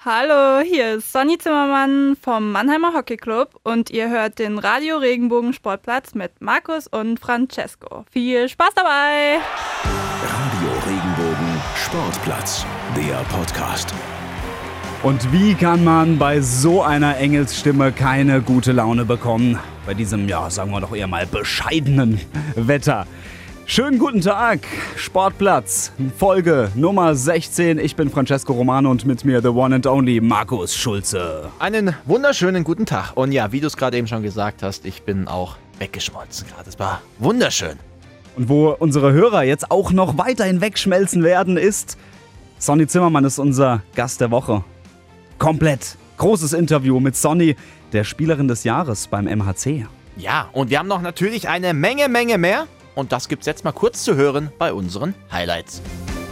Hallo, hier ist Sonny Zimmermann vom Mannheimer Hockey Club und ihr hört den Radio Regenbogen Sportplatz mit Markus und Francesco. Viel Spaß dabei! Radio Regenbogen Sportplatz, der Podcast. Und wie kann man bei so einer Engelsstimme keine gute Laune bekommen? Bei diesem, sagen wir doch eher mal bescheidenen Wetter. Schönen guten Tag, Sportplatz, Folge Nummer 16. Ich bin Francesco Romano und mit mir the one and only Markus Schulze. Einen wunderschönen guten Tag. Und ja, wie du es gerade eben schon gesagt hast, ich bin auch weggeschmolzen gerade. Es war wunderschön. Und wo unsere Hörer jetzt auch noch weiterhin wegschmelzen werden, ist Sonny Zimmermann ist unser Gast der Woche. Komplett großes Interview mit Sonny, der Spielerin des Jahres beim MHC. Ja, und wir haben noch natürlich eine Menge mehr. Und das gibt's jetzt mal kurz zu hören bei unseren Highlights.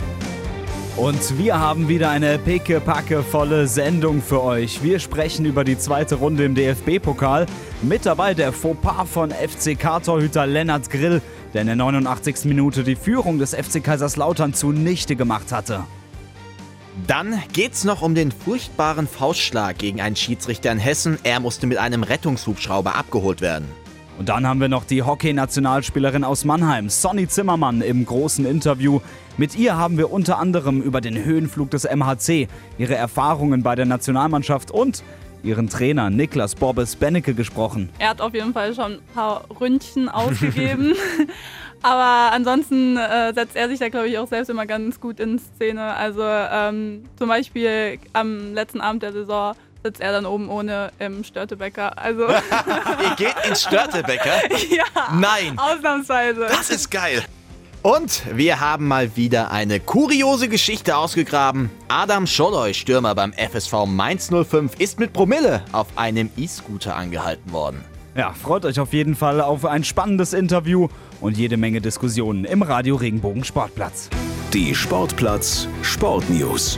Und wir haben wieder eine pickepackevolle Sendung für euch. Wir sprechen über die zweite Runde im DFB-Pokal. Mit dabei der Fauxpas von FCK-Torhüter Lennart Grill, der in der 89. Minute die Führung des FC Kaiserslautern zunichte gemacht hatte. Dann geht's noch um den furchtbaren Faustschlag gegen einen Schiedsrichter in Hessen. Er musste mit einem Rettungshubschrauber abgeholt werden. Und dann haben wir noch die Hockey-Nationalspielerin aus Mannheim, Sonny Zimmermann, im großen Interview. Mit ihr haben wir unter anderem über den Höhenflug des MHC, ihre Erfahrungen bei der Nationalmannschaft und ihren Trainer Niklas Bobbes Bennecke gesprochen. Er hat auf jeden Fall schon ein paar Ründchen ausgegeben. Aber ansonsten setzt er sich da, glaube ich, auch selbst immer ganz gut in Szene. Also zum Beispiel am letzten Abend der Saison sitzt er dann oben ohne im Störtebeker. Also Ihr geht ins Störtebeker? Ja, Nein! Ausnahmsweise. Das ist geil! Und wir haben mal wieder eine kuriose Geschichte ausgegraben. Adam Scholloy, Stürmer beim FSV Mainz 05, ist mit Promille auf einem E-Scooter angehalten worden. Ja, freut euch auf jeden Fall auf ein spannendes Interview und jede Menge Diskussionen im Radio Regenbogen Sportplatz. Die Sportplatz Sportnews.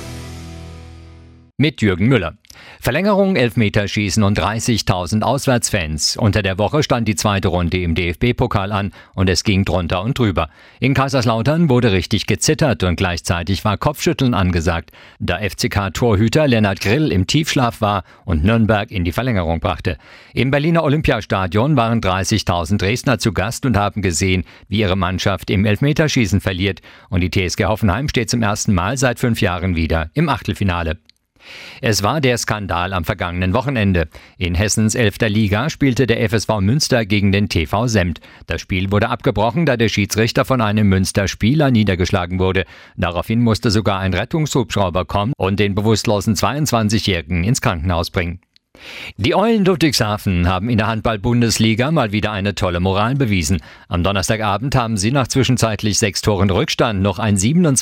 Mit Jürgen Müller. Verlängerung, Elfmeterschießen und 30.000 Auswärtsfans. Unter der Woche stand die zweite Runde im DFB-Pokal an und es ging drunter und drüber. In Kaiserslautern wurde richtig gezittert und gleichzeitig war Kopfschütteln angesagt, da FCK-Torhüter Lennart Grill im Tiefschlaf war und Nürnberg in die Verlängerung brachte. Im Berliner Olympiastadion waren 30.000 Dresdner zu Gast und haben gesehen, wie ihre Mannschaft im Elfmeterschießen verliert. Und die TSG Hoffenheim steht zum ersten Mal seit 5 Jahren wieder im Achtelfinale. Es war der Skandal am vergangenen Wochenende. In Hessens 11. Liga spielte der FSV Münster gegen den TV Sempt. Das Spiel wurde abgebrochen, da der Schiedsrichter von einem Münster-Spieler niedergeschlagen wurde. Daraufhin musste sogar ein Rettungshubschrauber kommen und den bewusstlosen 22-Jährigen ins Krankenhaus bringen. Die Eulen Ludwigshafen haben in der Handball-Bundesliga mal wieder eine tolle Moral bewiesen. Am Donnerstagabend haben sie nach zwischenzeitlich 6 Toren Rückstand noch ein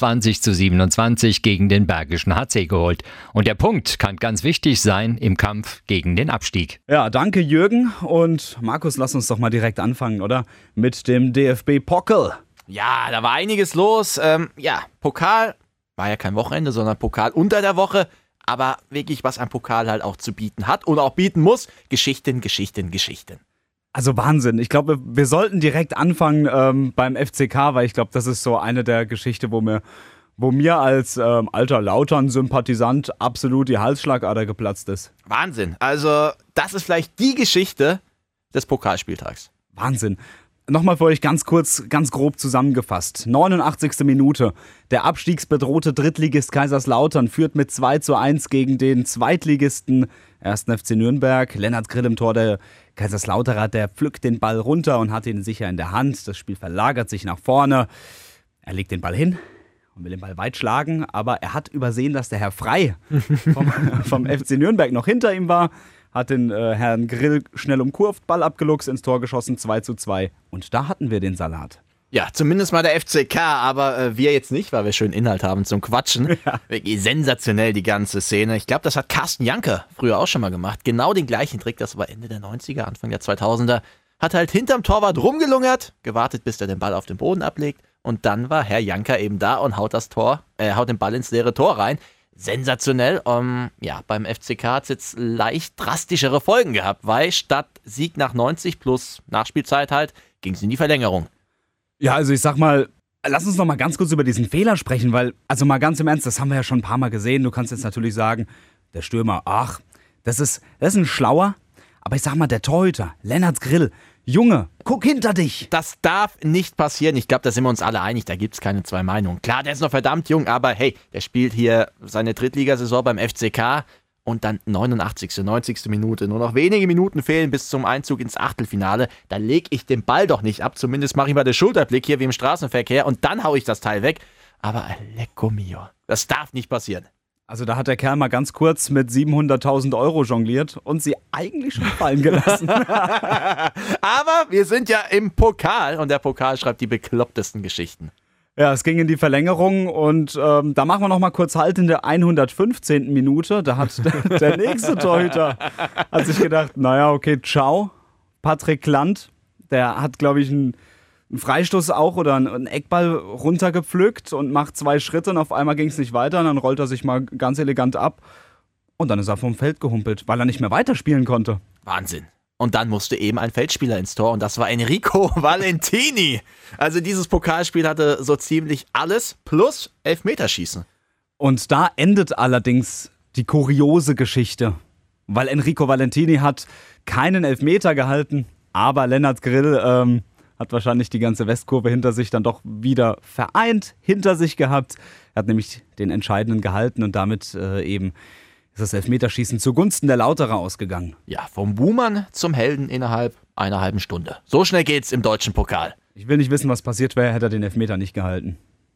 27:27 gegen den Bergischen HC geholt. Und der Punkt kann ganz wichtig sein im Kampf gegen den Abstieg. Ja, danke Jürgen und Markus, lass uns doch mal direkt anfangen, oder? Mit dem DFB-Pokal. Ja, da war einiges los. Pokal war ja kein Wochenende, sondern Pokal unter der Woche. Aber wirklich, was ein Pokal halt auch zu bieten hat und auch bieten muss. Geschichten. Also Wahnsinn. Ich glaube, wir sollten direkt anfangen beim FCK, weil ich glaube, das ist so eine der Geschichten, wo mir als alter Lautern-Sympathisant absolut die Halsschlagader geplatzt ist. Wahnsinn. Also, das ist vielleicht die Geschichte des Pokalspieltags. Wahnsinn. Nochmal für euch ganz kurz, ganz grob zusammengefasst. 89. Minute. Der abstiegsbedrohte Drittligist Kaiserslautern führt mit 2:1 gegen den Zweitligisten 1. FC Nürnberg. Lennart Grill im Tor, der Kaiserslauterer, der pflückt den Ball runter und hat ihn sicher in der Hand. Das Spiel verlagert sich nach vorne. Er legt den Ball hin und will den Ball weit schlagen, aber er hat übersehen, dass der Herr Frei vom FC Nürnberg noch hinter ihm war. Hat den Herrn Grill schnell umkurvt, Ball abgeluchst, ins Tor geschossen, 2:2. Und da hatten wir den Salat. Ja, zumindest mal der FCK, aber wir jetzt nicht, weil wir schön Inhalt haben zum Quatschen. Ja. Wirklich sensationell die ganze Szene. Ich glaube, das hat Carsten Janke früher auch schon mal gemacht. Genau den gleichen Trick, das war Ende der 90er, Anfang der 2000er. Hat halt hinterm Torwart rumgelungert, gewartet, bis er den Ball auf den Boden ablegt. Und dann war Herr Janker eben da und haut den Ball ins leere Tor rein. Sensationell. Beim FCK hat es jetzt leicht drastischere Folgen gehabt, weil statt Sieg nach 90 plus Nachspielzeit halt, ging es in die Verlängerung. Ja, also ich sag mal, Lass uns noch mal ganz kurz über diesen Fehler sprechen, weil, also mal ganz im Ernst, das haben wir ja schon ein paar Mal gesehen. Du kannst jetzt natürlich sagen, der Stürmer, das ist ein Schlauer. Aber ich sag mal, der Torhüter, Lennart Grill, Junge, guck hinter dich. Das darf nicht passieren. Ich glaube, da sind wir uns alle einig. Da gibt es keine zwei Meinungen. Klar, der ist noch verdammt jung, aber hey, der spielt hier seine Drittligasaison beim FCK und dann 89., 90. Minute. Nur noch wenige Minuten fehlen bis zum Einzug ins Achtelfinale. Da lege ich den Ball doch nicht ab. Zumindest mache ich mal den Schulterblick hier wie im Straßenverkehr und dann haue ich das Teil weg. Aber lecco mio, das darf nicht passieren. Also da hat der Kerl mal ganz kurz mit 700.000 Euro jongliert und sie eigentlich schon fallen gelassen. Aber wir sind ja im Pokal und der Pokal schreibt die beklopptesten Geschichten. Ja, es ging in die Verlängerung und da machen wir noch mal kurz Halt in der 115. Minute. Da hat der nächste Torhüter hat sich gedacht, naja, okay, ciao. Patrick Land, der hat, glaube ich, einen Freistoß auch oder einen Eckball runtergepflückt und macht 2 Schritte und auf einmal ging es nicht weiter und dann rollt er sich mal ganz elegant ab und dann ist er vom Feld gehumpelt, weil er nicht mehr weiterspielen konnte. Wahnsinn. Und dann musste eben ein Feldspieler ins Tor und das war Enrico Valentini. Also dieses Pokalspiel hatte so ziemlich alles plus Elfmeterschießen. Und da endet allerdings die kuriose Geschichte, weil Enrico Valentini hat keinen Elfmeter gehalten, aber Lennart Grill hat wahrscheinlich die ganze Westkurve hinter sich dann doch wieder vereint hinter sich gehabt. Er hat nämlich den Entscheidenden gehalten und damit eben ist das Elfmeterschießen zugunsten der Lauterer ausgegangen. Ja, vom Buhmann zum Helden innerhalb einer halben Stunde. So schnell geht's im deutschen Pokal. Ich will nicht wissen, was passiert wäre, hätte er den Elfmeter nicht gehalten.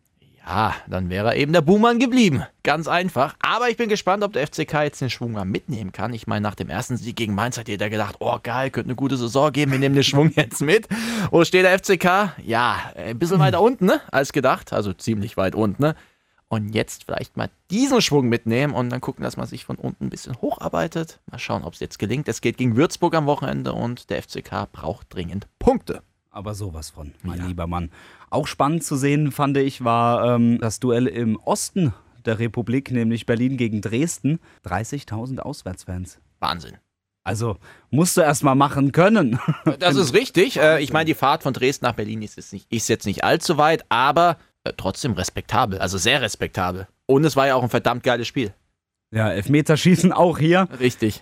Ja, dann wäre er eben der Buhmann geblieben. Ganz einfach. Aber ich bin gespannt, ob der FCK jetzt den Schwung mal mitnehmen kann. Ich meine, nach dem ersten Sieg gegen Mainz hat jeder gedacht, oh geil, könnte eine gute Saison geben, wir nehmen den Schwung jetzt mit. Wo steht der FCK? Ja, ein bisschen weiter unten, ne, als gedacht. Also ziemlich weit unten, ne? Und jetzt vielleicht mal diesen Schwung mitnehmen und dann gucken, dass man sich von unten ein bisschen hocharbeitet. Mal schauen, ob es jetzt gelingt. Es geht gegen Würzburg am Wochenende und der FCK braucht dringend Punkte. Aber sowas von, mein lieber Mann. Auch spannend zu sehen, fand ich, war das Duell im Osten der Republik, nämlich Berlin gegen Dresden. 30.000 Auswärtsfans. Wahnsinn. Also musst du erst mal machen können. Das ist richtig. Ich meine, die Fahrt von Dresden nach Berlin ist jetzt nicht allzu weit, aber trotzdem respektabel. Also sehr respektabel. Und es war ja auch ein verdammt geiles Spiel. Ja, Elfmeterschießen auch hier. Richtig.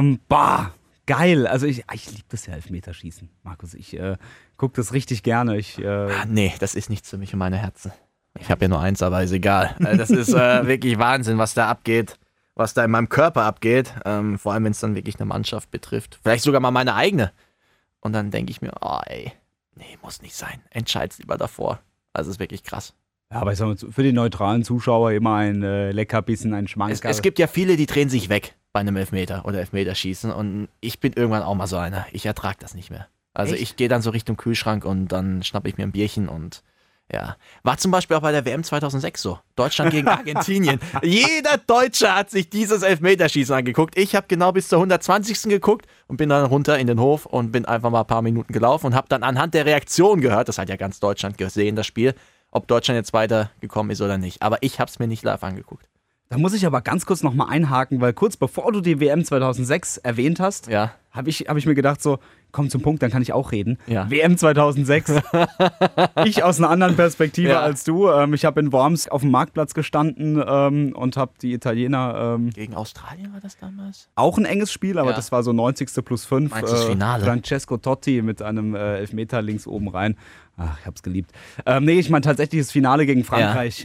Geil. Also ich liebe das ja, Elfmeterschießen, Markus. Ich gucke das richtig gerne. Nee, das ist nichts für mich und meine Herzen. Ich habe ja nur eins, aber ist egal. Das ist wirklich Wahnsinn, was da abgeht. Was da in meinem Körper abgeht. Vor allem, wenn es dann wirklich eine Mannschaft betrifft. Vielleicht sogar mal meine eigene. Und dann denke ich mir, nee, muss nicht sein. Entscheid's lieber davor. Also ist wirklich krass. Ja, aber ich sag mal, für die neutralen Zuschauer immer ein Leckerbissen, ein Schmankerl. Es gibt ja viele, die drehen sich weg bei einem Elfmeter oder Elfmeterschießen und ich bin irgendwann auch mal so einer. Ich ertrage das nicht mehr. Also ich gehe dann so Richtung Kühlschrank und dann schnappe ich mir ein Bierchen und ja. War zum Beispiel auch bei der WM 2006 so. Deutschland gegen Argentinien. Jeder Deutsche hat sich dieses Elfmeterschießen angeguckt. Ich habe genau bis zur 120. geguckt und bin dann runter in den Hof und bin einfach mal ein paar Minuten gelaufen und habe dann anhand der Reaktion gehört, das hat ja ganz Deutschland gesehen, das Spiel, ob Deutschland jetzt weitergekommen ist oder nicht. Aber ich habe es mir nicht live angeguckt. Da muss ich aber ganz kurz nochmal einhaken, weil kurz bevor du die WM 2006 erwähnt hast, habe ich mir gedacht so, komm zum Punkt, dann kann ich auch reden. Ja. WM 2006. Ich aus einer anderen Perspektive als du. Ich habe in Worms auf dem Marktplatz gestanden und habe die Italiener... Gegen Australien war das damals? Auch ein enges Spiel, aber das war so 90. plus 5. Meinst du das Finale? Francesco Totti mit einem Elfmeter links oben rein. Ach, ich hab's geliebt. Ich meine tatsächlich das Finale gegen Frankreich.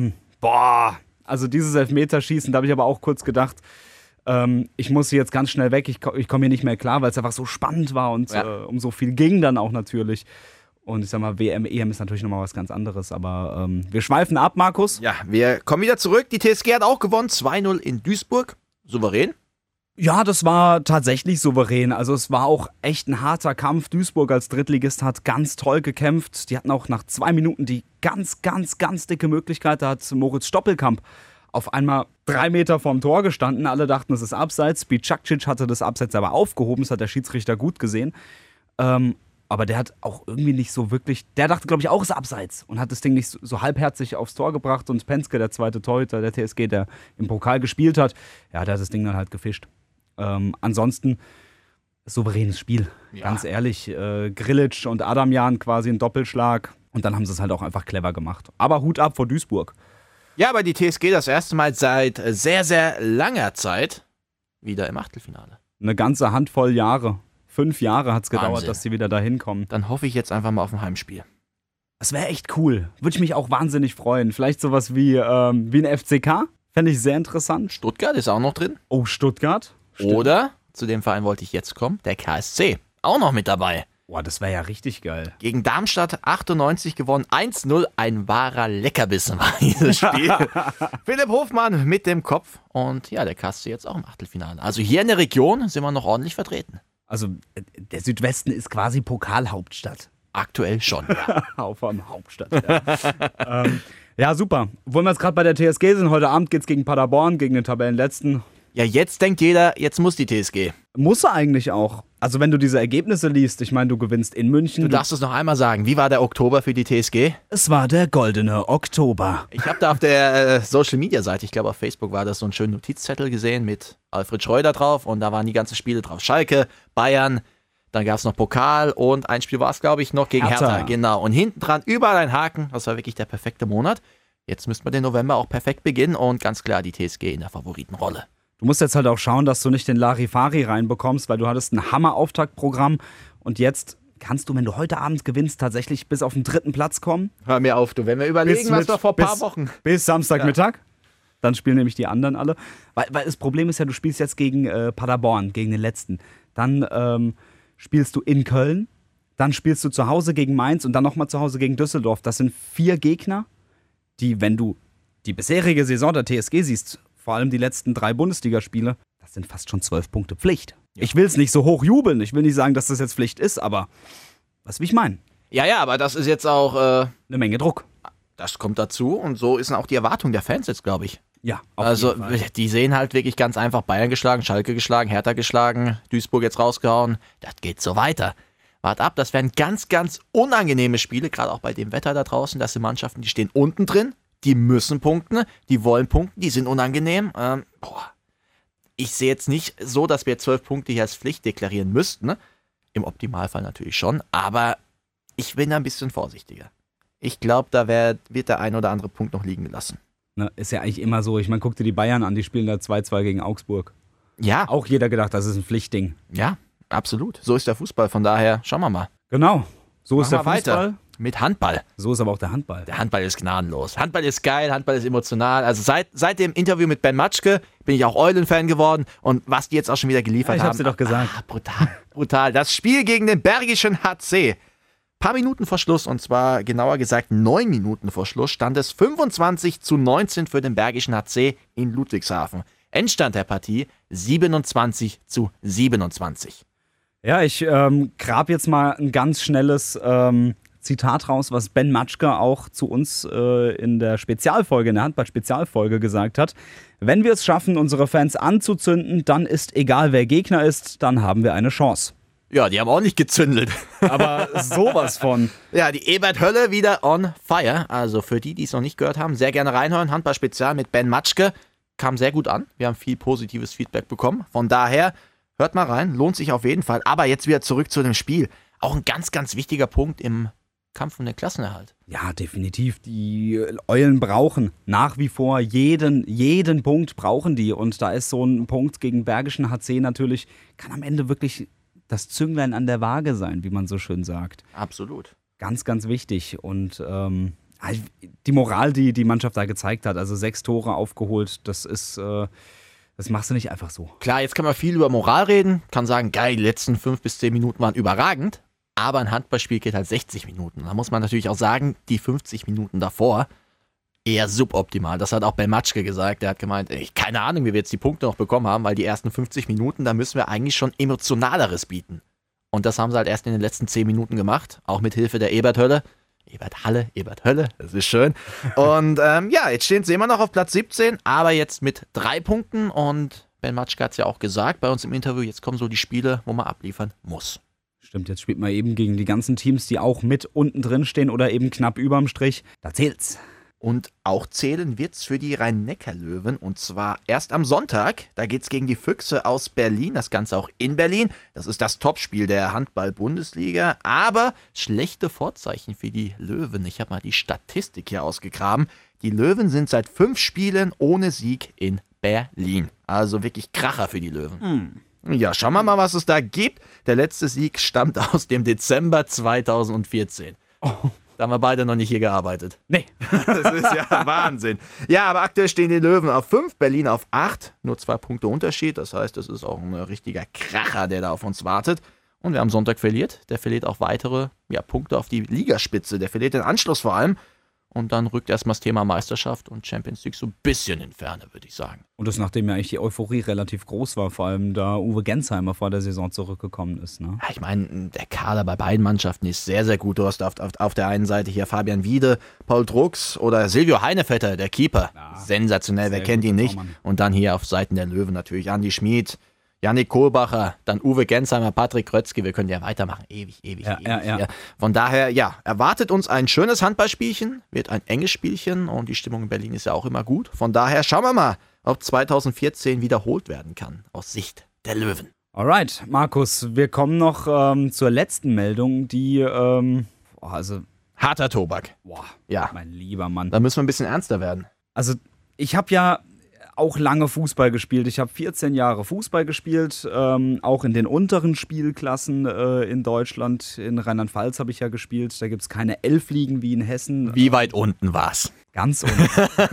Also dieses Elfmeterschießen, da habe ich aber auch kurz gedacht, ich muss hier jetzt ganz schnell weg, ich komme hier nicht mehr klar, weil es einfach so spannend war und um so viel ging dann auch natürlich. Und ich sag mal, WM, EM ist natürlich nochmal was ganz anderes, aber wir schweifen ab, Markus. Ja, wir kommen wieder zurück. Die TSG hat auch gewonnen, 2-0 in Duisburg. Souverän. Ja, das war tatsächlich souverän. Also es war auch echt ein harter Kampf. Duisburg als Drittligist hat ganz toll gekämpft. Die hatten auch nach 2 Minuten die ganz dicke Möglichkeit. Da hat Moritz Stoppelkamp auf einmal 3 Meter vorm Tor gestanden. Alle dachten, es ist Abseits. Bicakcic hatte das Abseits aber aufgehoben. Das hat der Schiedsrichter gut gesehen. Aber der hat auch irgendwie nicht so wirklich... Der dachte, glaube ich, auch, es ist Abseits. Und hat das Ding nicht so halbherzig aufs Tor gebracht. Und Penske, der zweite Torhüter der TSG, der im Pokal gespielt hat, der hat das Ding dann halt gefischt. Ansonsten souveränes Spiel, ganz ehrlich. Grilic und Adamjan quasi ein Doppelschlag. Und dann haben sie es halt auch einfach clever gemacht. Aber Hut ab vor Duisburg. Ja, aber die TSG das erste Mal seit sehr, sehr langer Zeit wieder im Achtelfinale. Eine ganze Handvoll Jahre. 5 Jahre hat es gedauert, Wahnsinn. dass sie wieder dahin kommen. Dann hoffe ich jetzt einfach mal auf ein Heimspiel. Das wäre echt cool. Würde ich mich auch wahnsinnig freuen. Vielleicht sowas wie ein FCK. Fände ich sehr interessant. Stuttgart ist auch noch drin. Oh, Stuttgart. Stimmt. Oder, zu dem Verein wollte ich jetzt kommen, der KSC. Auch noch mit dabei. Boah, das wäre ja richtig geil. Gegen Darmstadt 98 gewonnen, 1-0. Ein wahrer Leckerbissen war dieses Spiel. Philipp Hofmann mit dem Kopf. Und ja, der KSC jetzt auch im Achtelfinale. Also hier in der Region sind wir noch ordentlich vertreten. Also, der Südwesten ist quasi Pokalhauptstadt. Aktuell schon, ja. Auf am Hauptstadt. Ja. Ja, super. Wollen wir jetzt gerade bei der TSG sind, heute Abend geht's gegen Paderborn, gegen den Tabellenletzten. Ja, jetzt denkt jeder, jetzt muss die TSG. Muss er eigentlich auch. Also wenn du diese Ergebnisse liest, ich meine, du gewinnst in München. Du darfst es noch einmal sagen. Wie war der Oktober für die TSG? Es war der goldene Oktober. Ich habe da auf der Social-Media-Seite, ich glaube auf Facebook war das, so einen schönen Notizzettel gesehen mit Alfred Schreuder drauf und da waren die ganzen Spiele drauf. Schalke, Bayern, dann gab es noch Pokal und ein Spiel war es, glaube ich, noch gegen Hertha. Genau. Und hinten dran überall ein Haken. Das war wirklich der perfekte Monat. Jetzt müsste man den November auch perfekt beginnen und ganz klar die TSG in der Favoritenrolle. Du musst jetzt halt auch schauen, dass du nicht den Larifari reinbekommst, weil du hattest ein Hammer-Auftaktprogramm und jetzt kannst du, wenn du heute Abend gewinnst, tatsächlich bis auf den 3. Platz kommen. Hör mir auf, du, wenn wir überlegen, was wir vor ein paar Wochen... Bis Samstagmittag. Dann spielen nämlich die anderen alle. Weil das Problem ist ja, du spielst jetzt gegen Paderborn, gegen den Letzten. Dann spielst du in Köln, dann spielst du zu Hause gegen Mainz und dann nochmal zu Hause gegen Düsseldorf. Das sind 4 Gegner, die, wenn du die bisherige Saison der TSG siehst, vor allem die letzten 3 Bundesligaspiele, das sind fast schon 12 Punkte Pflicht. Ja. Ich will es nicht so hoch jubeln, ich will nicht sagen, dass das jetzt Pflicht ist, aber was will ich meinen? Ja, aber das ist jetzt auch... eine Menge Druck. Das kommt dazu und so ist auch die Erwartung der Fans jetzt, glaube ich. Ja, also die sehen halt wirklich ganz einfach Bayern geschlagen, Schalke geschlagen, Hertha geschlagen, Duisburg jetzt rausgehauen. Das geht so weiter. Wart ab, das werden ganz, ganz unangenehme Spiele, gerade auch bei dem Wetter da draußen. Das sind Mannschaften, die stehen unten drin, die müssen punkten, die wollen punkten, die sind unangenehm. Ich sehe jetzt nicht so, dass wir 12 Punkte hier als Pflicht deklarieren müssten. Ne? Im Optimalfall natürlich schon, aber ich bin da ein bisschen vorsichtiger. Ich glaube, da wird der ein oder andere Punkt noch liegen gelassen. Ne, ist ja eigentlich immer so. Ich meine, guck dir die Bayern an, die spielen da 2-2 gegen Augsburg. Ja. Auch jeder gedacht, das ist ein Pflichtding. Ja, absolut. So ist der Fußball, von daher schauen wir mal. Genau, so ist der Fußball. Weiter mit Handball. So ist aber auch der Handball. Der Handball ist gnadenlos. Handball ist geil, Handball ist emotional. Also seit dem Interview mit Ben Matschke bin ich auch Eulen-Fan geworden. Und was die jetzt auch schon wieder geliefert haben. Ich hab's dir doch gesagt. Brutal. Das Spiel gegen den Bergischen HC. Paar Minuten vor Schluss, und zwar genauer gesagt 9 Minuten vor Schluss, stand es 25-19 für den Bergischen HC in Ludwigshafen. Endstand der Partie 27-27. Ja, ich grab jetzt mal ein ganz schnelles Zitat raus, was Ben Matschke auch zu uns in der Spezialfolge, in der Handball-Spezialfolge gesagt hat. Wenn wir es schaffen, unsere Fans anzuzünden, dann ist egal, wer Gegner ist, dann haben wir eine Chance. Ja, die haben ordentlich gezündelt. Aber sowas von. Ja, die Ebert Hölle wieder on fire. Also für die es noch nicht gehört haben, sehr gerne reinhören. Handball-Spezial mit Ben Matschke. Kam sehr gut an. Wir haben viel positives Feedback bekommen. Von daher, hört mal rein. Lohnt sich auf jeden Fall. Aber jetzt wieder zurück zu dem Spiel. Auch ein ganz, ganz wichtiger Punkt im Kampf um den Klassenerhalt. Ja, definitiv. Die Eulen brauchen nach wie vor jeden Punkt brauchen die. Und da ist so ein Punkt gegen Bergischen HC natürlich, kann am Ende wirklich das Zünglein an der Waage sein, wie man so schön sagt. Absolut. Ganz, ganz wichtig. Und die Moral, die die Mannschaft da gezeigt hat, also 6 Tore aufgeholt, das machst du nicht einfach so. Klar, jetzt kann man viel über Moral reden, kann sagen, geil, die letzten 5 bis 10 Minuten waren überragend, aber ein Handballspiel geht halt 60 Minuten. Da muss man natürlich auch sagen, die 50 Minuten davor eher suboptimal. Das hat auch Ben Matschke gesagt. Der hat gemeint, keine Ahnung, wie wir jetzt die Punkte noch bekommen haben, weil die ersten 50 Minuten, da müssen wir eigentlich schon Emotionaleres bieten. Und das haben sie halt erst in den letzten 10 Minuten gemacht, auch mit Hilfe der Ebert Hölle, das ist schön. Und jetzt stehen sie immer noch auf Platz 17, aber jetzt mit 3 Punkten. Und Ben Matschke hat es ja auch gesagt bei uns im Interview, jetzt kommen so die Spiele, wo man abliefern muss. Stimmt, jetzt spielt man eben gegen die ganzen Teams, die auch mit unten drin stehen oder eben knapp überm Strich. Da zählt's. Und auch zählen wird's für die Rhein-Neckar-Löwen. Und zwar erst am Sonntag. Da geht's gegen die Füchse aus Berlin. Das Ganze auch in Berlin. Das ist das Topspiel der Handball-Bundesliga. Aber schlechte Vorzeichen für die Löwen. Ich habe mal die Statistik hier ausgegraben. Die Löwen sind seit 5 Spielen ohne Sieg in Berlin. Also wirklich Kracher für die Löwen. Ja, schauen wir mal, was es da gibt. Der letzte Sieg stammt aus dem Dezember 2014. Da haben wir beide noch nicht hier gearbeitet. Nee. Das ist ja Wahnsinn. Ja, aber aktuell stehen die Löwen auf 5, Berlin auf 8. Nur 2 Punkte Unterschied. Das heißt, es ist auch ein richtiger Kracher, der da auf uns wartet. Und wer am Sonntag verliert, der verliert auch weitere Punkte auf die Ligaspitze. Der verliert den Anschluss vor allem. Und dann rückt erstmal das Thema Meisterschaft und Champions League so ein bisschen in Ferne, würde ich sagen. Und das nachdem ja eigentlich die Euphorie relativ groß war, vor allem da Uwe Gensheimer vor der Saison zurückgekommen ist. Ne? Ja, ich meine, der Kader bei beiden Mannschaften ist sehr, sehr gut. Du hast auf der einen Seite hier Fabian Wiede, Paul Drucks oder Silvio Heinevetter, der Keeper. Ja, sensationell, wer kennt ihn nicht? Und dann hier auf Seiten der Löwen natürlich Andi Schmid, Yannick Kohlbacher, dann Uwe Gensheimer, Patrick Krötzky, wir können ja weitermachen, ewig. Ja. Von daher, erwartet uns ein schönes Handballspielchen, wird ein enges Spielchen und die Stimmung in Berlin ist ja auch immer gut. Von daher schauen wir mal, ob 2014 wiederholt werden kann, aus Sicht der Löwen. Alright, Markus, wir kommen noch zur letzten Meldung, die, harter Tobak. Boah, ja. Mein lieber Mann. Da müssen wir ein bisschen ernster werden. Also, ich habe ja auch lange Fußball gespielt. Ich habe 14 Jahre Fußball gespielt, auch in den unteren Spielklassen in Deutschland. In Rheinland-Pfalz habe ich ja gespielt. Da gibt es keine 11 Ligen wie in Hessen. Wie weit unten war's? Ganz unten.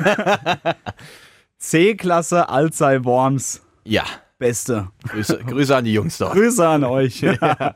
C-Klasse Alzey Worms. Ja. Beste. Grüße an die Jungs dort. Grüße an euch. Ja.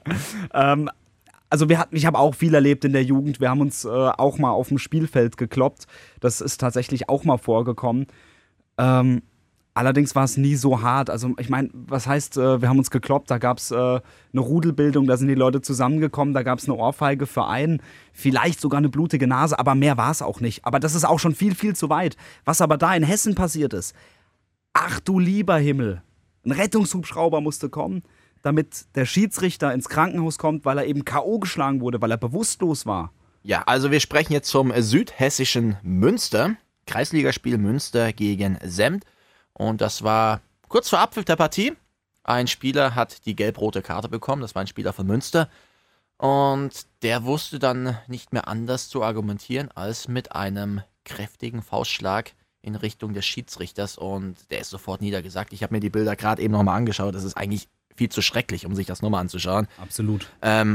Also ich habe auch viel erlebt in der Jugend. Wir haben uns auch mal auf dem Spielfeld gekloppt. Das ist tatsächlich auch mal vorgekommen. Allerdings war es nie so hart. Also ich meine, was heißt, wir haben uns gekloppt, da gab es eine Rudelbildung, da sind die Leute zusammengekommen, da gab es eine Ohrfeige für einen, vielleicht sogar eine blutige Nase, aber mehr war es auch nicht. Aber das ist auch schon viel, viel zu weit. Was aber da in Hessen passiert ist, ach du lieber Himmel, ein Rettungshubschrauber musste kommen, damit der Schiedsrichter ins Krankenhaus kommt, weil er eben K.O. geschlagen wurde, weil er bewusstlos war. Ja, also wir sprechen jetzt vom südhessischen Münster. Kreisligaspiel Münster gegen Sempt. Und das war kurz vor Abpfiff der Partie. Ein Spieler hat die gelb-rote Karte bekommen. Das war ein Spieler von Münster. Und der wusste dann nicht mehr anders zu argumentieren als mit einem kräftigen Faustschlag in Richtung des Schiedsrichters. Und der ist sofort niedergesackt. Ich habe mir die Bilder gerade eben nochmal angeschaut. Das ist eigentlich viel zu schrecklich, um sich das nochmal anzuschauen. Absolut.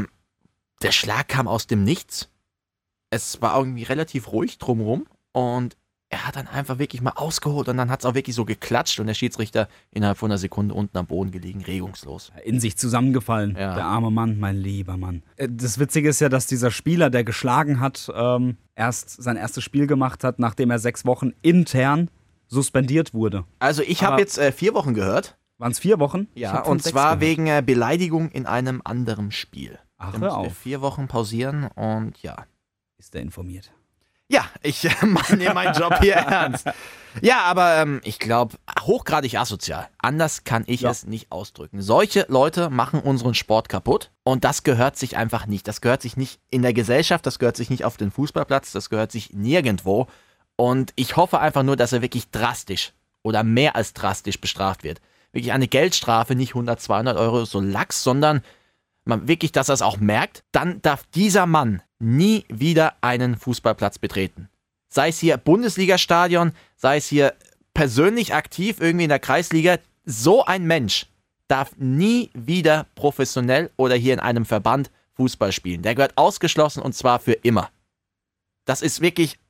Der Schlag kam aus dem Nichts. Es war irgendwie relativ ruhig drumherum. Und er hat dann einfach wirklich mal ausgeholt und dann hat es auch wirklich so geklatscht und der Schiedsrichter innerhalb von einer Sekunde unten am Boden gelegen, regungslos. In sich zusammengefallen, ja. Der arme Mann, mein lieber Mann. Das Witzige ist ja, dass dieser Spieler, der geschlagen hat, erst sein erstes Spiel gemacht hat, nachdem er 6 Wochen intern suspendiert wurde. Also ich habe jetzt 4 Wochen gehört. Waren es 4 Wochen? Ja, und zwar wegen Beleidigung in einem anderen Spiel. Ach, da musste 4 Wochen pausieren und ja. Ist er informiert? Ja, ich nehme meinen Job hier ernst. Ja, aber ich glaube, hochgradig asozial. Anders kann ich es nicht ausdrücken. Solche Leute machen unseren Sport kaputt und das gehört sich einfach nicht. Das gehört sich nicht in der Gesellschaft, das gehört sich nicht auf den Fußballplatz, das gehört sich nirgendwo. Und ich hoffe einfach nur, dass er wirklich drastisch oder mehr als drastisch bestraft wird. Wirklich eine Geldstrafe, nicht 100, 200 Euro so lax, sondern wirklich, dass er es auch merkt. Dann darf dieser Mann nie wieder einen Fußballplatz betreten. Sei es hier Bundesliga-Stadion, sei es hier persönlich aktiv irgendwie in der Kreisliga. So ein Mensch darf nie wieder professionell oder hier in einem Verband Fußball spielen. Der gehört ausgeschlossen und zwar für immer. Das ist wirklich...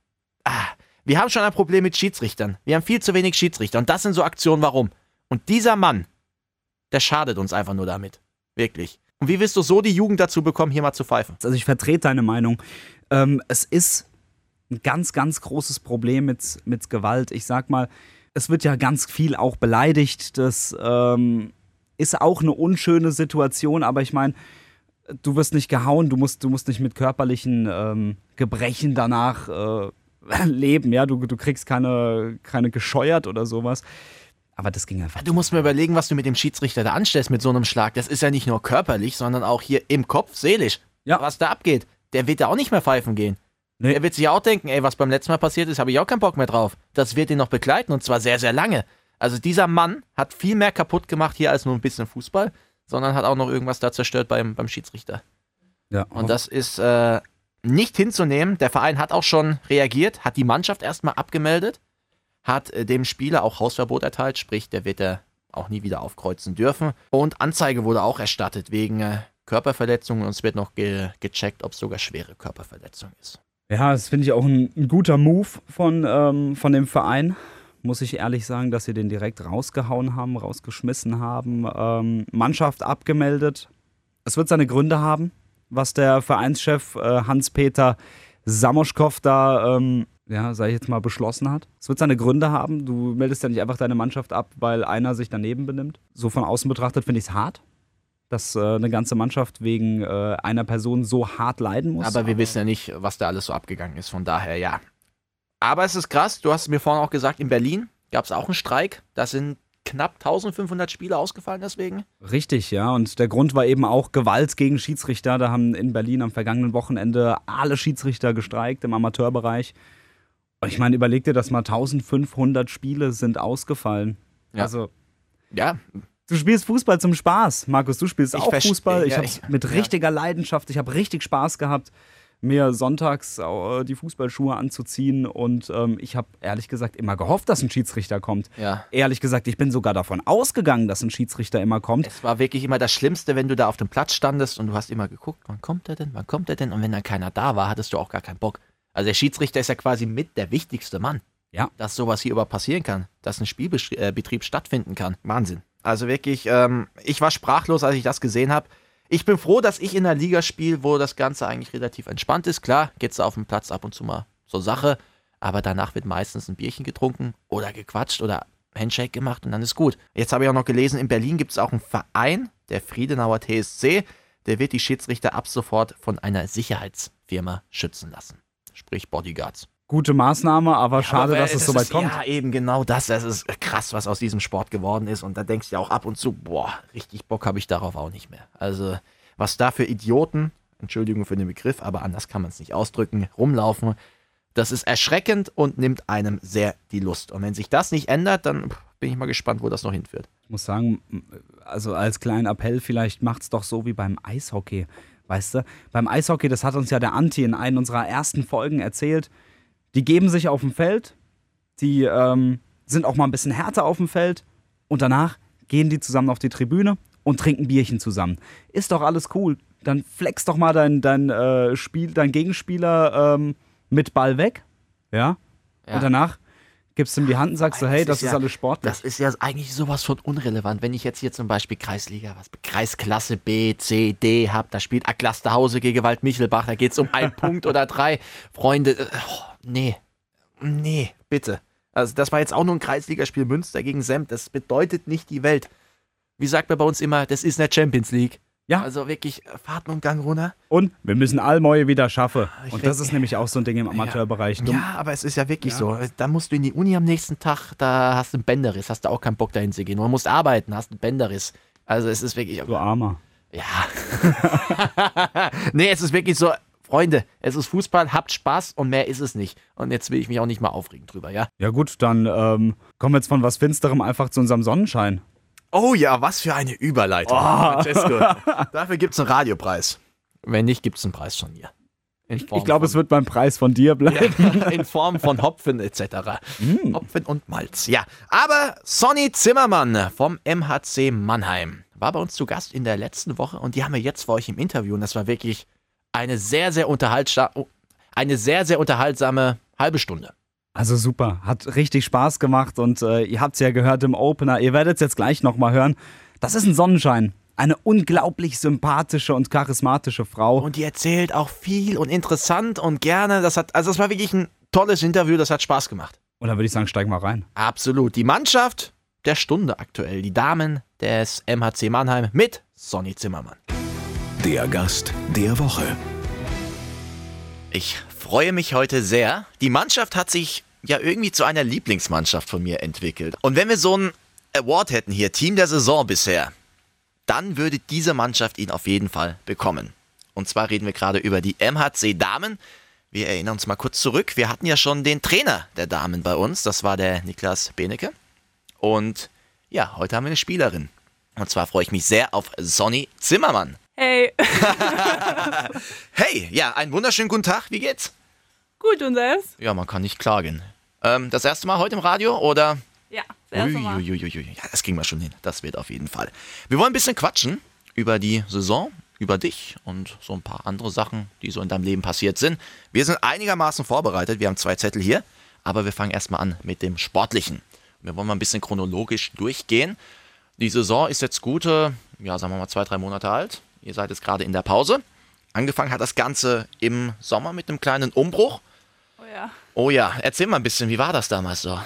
wir haben schon ein Problem mit Schiedsrichtern. Wir haben viel zu wenig Schiedsrichter und das sind so Aktionen, warum? Und dieser Mann, der schadet uns einfach nur damit. Wirklich. Und wie willst du so die Jugend dazu bekommen, hier mal zu pfeifen? Also ich vertrete deine Meinung. Es ist ein ganz, ganz großes Problem mit Gewalt. Ich sag mal, es wird ja ganz viel auch beleidigt. Das ist auch eine unschöne Situation, aber ich meine, du wirst nicht gehauen, du musst nicht mit körperlichen Gebrechen danach leben. Ja? Du kriegst keine gescheuert oder sowas. Aber das ging einfach. Du musst mir überlegen, was du mit dem Schiedsrichter da anstellst mit so einem Schlag. Das ist ja nicht nur körperlich, sondern auch hier im Kopf, seelisch. Ja. Was da abgeht. Der wird da auch nicht mehr pfeifen gehen. Nee. Er wird sich auch denken, ey, was beim letzten Mal passiert ist, habe ich auch keinen Bock mehr drauf. Das wird ihn noch begleiten und zwar sehr, sehr lange. Also dieser Mann hat viel mehr kaputt gemacht hier als nur ein bisschen Fußball, sondern hat auch noch irgendwas da zerstört beim Schiedsrichter. Ja. Und das ist nicht hinzunehmen. Der Verein hat auch schon reagiert, hat die Mannschaft erstmal abgemeldet, hat dem Spieler auch Hausverbot erteilt, sprich, der wird auch nie wieder aufkreuzen dürfen. Und Anzeige wurde auch erstattet wegen Körperverletzungen und es wird noch gecheckt, ob es sogar schwere Körperverletzung ist. Ja, das finde ich auch ein guter Move von dem Verein. Muss ich ehrlich sagen, dass sie den direkt rausgehauen haben, rausgeschmissen haben. Mannschaft abgemeldet. Es wird seine Gründe haben, was der Vereinschef Hans-Peter Samoschkow da, sag ich jetzt mal, beschlossen hat. Es wird seine Gründe haben. Du meldest ja nicht einfach deine Mannschaft ab, weil einer sich daneben benimmt. So von außen betrachtet finde ich es hart, dass eine ganze Mannschaft wegen einer Person so hart leiden muss. Aber wir wissen ja nicht, was da alles so abgegangen ist, von daher ja. Aber es ist krass, du hast mir vorhin auch gesagt, in Berlin gab es auch einen Streik. Da sind knapp 1500 Spieler ausgefallen deswegen. Richtig, ja. Und der Grund war eben auch Gewalt gegen Schiedsrichter. Da haben in Berlin am vergangenen Wochenende alle Schiedsrichter gestreikt im Amateurbereich. Und ich meine, überleg dir das mal, 1500 Spiele sind ausgefallen. Ja. Also, Ja, du spielst Fußball zum Spaß. Markus, du spielst auch Fußball. Ich ja, habe mit richtiger Leidenschaft, ich habe richtig Spaß gehabt, mir sonntags die Fußballschuhe anzuziehen und ich habe ehrlich gesagt immer gehofft, dass ein Schiedsrichter kommt. Ja. Ehrlich gesagt, ich bin sogar davon ausgegangen, dass ein Schiedsrichter immer kommt. Es war wirklich immer das Schlimmste, wenn du da auf dem Platz standest und du hast immer geguckt, wann kommt er denn? Und wenn dann keiner da war, hattest du auch gar keinen Bock. Also der Schiedsrichter ist ja quasi mit der wichtigste Mann. Ja. Dass sowas hier überhaupt passieren kann, dass ein Spielbetrieb stattfinden kann. Wahnsinn. Also wirklich, ich war sprachlos, als ich das gesehen habe. Ich bin froh, dass ich in einer Liga spiele, wo das Ganze eigentlich relativ entspannt ist. Klar, geht's auf dem Platz ab und zu mal zur Sache, aber danach wird meistens ein Bierchen getrunken oder gequatscht oder Handshake gemacht und dann ist gut. Jetzt habe ich auch noch gelesen, in Berlin gibt es auch einen Verein, der Friedenauer TSC, der wird die Schiedsrichter ab sofort von einer Sicherheitsfirma schützen lassen. Sprich Bodyguards. Gute Maßnahme, aber schade, dass es so weit kommt. Ja, eben genau das. Das ist krass, was aus diesem Sport geworden ist. Und da denkst du ja auch ab und zu, boah, richtig Bock habe ich darauf auch nicht mehr. Also, was da für Idioten, Entschuldigung für den Begriff, aber anders kann man es nicht ausdrücken, rumlaufen, das ist erschreckend und nimmt einem sehr die Lust. Und wenn sich das nicht ändert, dann bin ich mal gespannt, wo das noch hinführt. Ich muss sagen, also als kleinen Appell, vielleicht macht es doch so wie beim Eishockey. Weißt du, beim Eishockey, das hat uns ja der Anti in einer unserer ersten Folgen erzählt, die geben sich auf dem Feld, die sind auch mal ein bisschen härter auf dem Feld und danach gehen die zusammen auf die Tribüne und trinken Bierchen zusammen. Ist doch alles cool. Dann flex doch mal dein Gegenspieler mit Ball weg, ja? Und danach gibst du ihm die Hand und sagst so, hey, das ist alles sportlich. Das ist ja eigentlich sowas von unrelevant. Wenn ich jetzt hier zum Beispiel Kreisklasse B, C, D habe, da spielt Aklasterhause gegen Waldmichelbach, da geht es um 1 Punkt oder 3. Freunde, nee, bitte. Also das war jetzt auch nur ein Kreisligaspiel Münster gegen Semp, das bedeutet nicht die Welt. Wie sagt man bei uns immer, das ist eine Champions League. Ja. Also wirklich, fahrt nur einen Gang runter. Und wir müssen Almoje wieder schaffen. Und das ist nämlich auch so ein Ding im Amateurbereich. Ja, aber es ist ja wirklich so. Da musst du in die Uni am nächsten Tag, da hast du einen Bänderriss, hast du auch keinen Bock dahin zu gehen. Oder musst arbeiten, hast einen Bänderriss. Also es ist wirklich... Du Armer. Ja. Nee, es ist wirklich so, Freunde, es ist Fußball, habt Spaß und mehr ist es nicht. Und jetzt will ich mich auch nicht mal aufregen drüber, ja? Ja gut, dann kommen wir jetzt von was Finsterem einfach zu unserem Sonnenschein. Oh ja, was für eine Überleitung. Francesco. Dafür gibt es einen Radiopreis. Wenn nicht, gibt es einen Preis von mir. Ich glaube, es wird beim Preis von dir bleiben. Ja, in Form von Hopfen etc. Hopfen und Malz, ja. Aber Sonny Zimmermann vom MHC Mannheim war bei uns zu Gast in der letzten Woche und die haben wir jetzt für euch im Interview und das war wirklich eine sehr, sehr unterhaltsame halbe Stunde. Also super, hat richtig Spaß gemacht und ihr habt es ja gehört im Opener, ihr werdet es jetzt gleich nochmal hören. Das ist ein Sonnenschein, eine unglaublich sympathische und charismatische Frau. Und die erzählt auch viel und interessant und gerne. Das war wirklich ein tolles Interview, das hat Spaß gemacht. Und dann würde ich sagen, steigen wir rein. Absolut, die Mannschaft der Stunde aktuell, die Damen des MHC Mannheim mit Sonny Zimmermann. Der Gast der Woche. Ich freue mich heute sehr. Die Mannschaft hat sich ja irgendwie zu einer Lieblingsmannschaft von mir entwickelt. Und wenn wir so einen Award hätten hier, Team der Saison bisher, dann würde diese Mannschaft ihn auf jeden Fall bekommen. Und zwar reden wir gerade über die MHC Damen. Wir erinnern uns mal kurz zurück. Wir hatten ja schon den Trainer der Damen bei uns. Das war der Niklas Benecke. Und ja, heute haben wir eine Spielerin. Und zwar freue ich mich sehr auf Sonny Zimmermann. Hey. Hey, ja, einen wunderschönen guten Tag. Wie geht's? Gut, und selbst? Ja, man kann nicht klagen. Das erste Mal heute im Radio, oder? Ja, das erste Mal. Uiuiui. Ja, das kriegen wir schon hin. Das wird auf jeden Fall. Wir wollen ein bisschen quatschen über die Saison, über dich und so ein paar andere Sachen, die so in deinem Leben passiert sind. Wir sind einigermaßen vorbereitet. Wir haben 2 Zettel hier, aber wir fangen erstmal an mit dem Sportlichen. Wir wollen mal ein bisschen chronologisch durchgehen. Die Saison ist jetzt gute, ja, sagen wir mal 2-3 Monate alt. Ihr seid jetzt gerade in der Pause. Angefangen hat das Ganze im Sommer mit einem kleinen Umbruch. Oh ja. Oh ja, erzähl mal ein bisschen, wie war das damals so?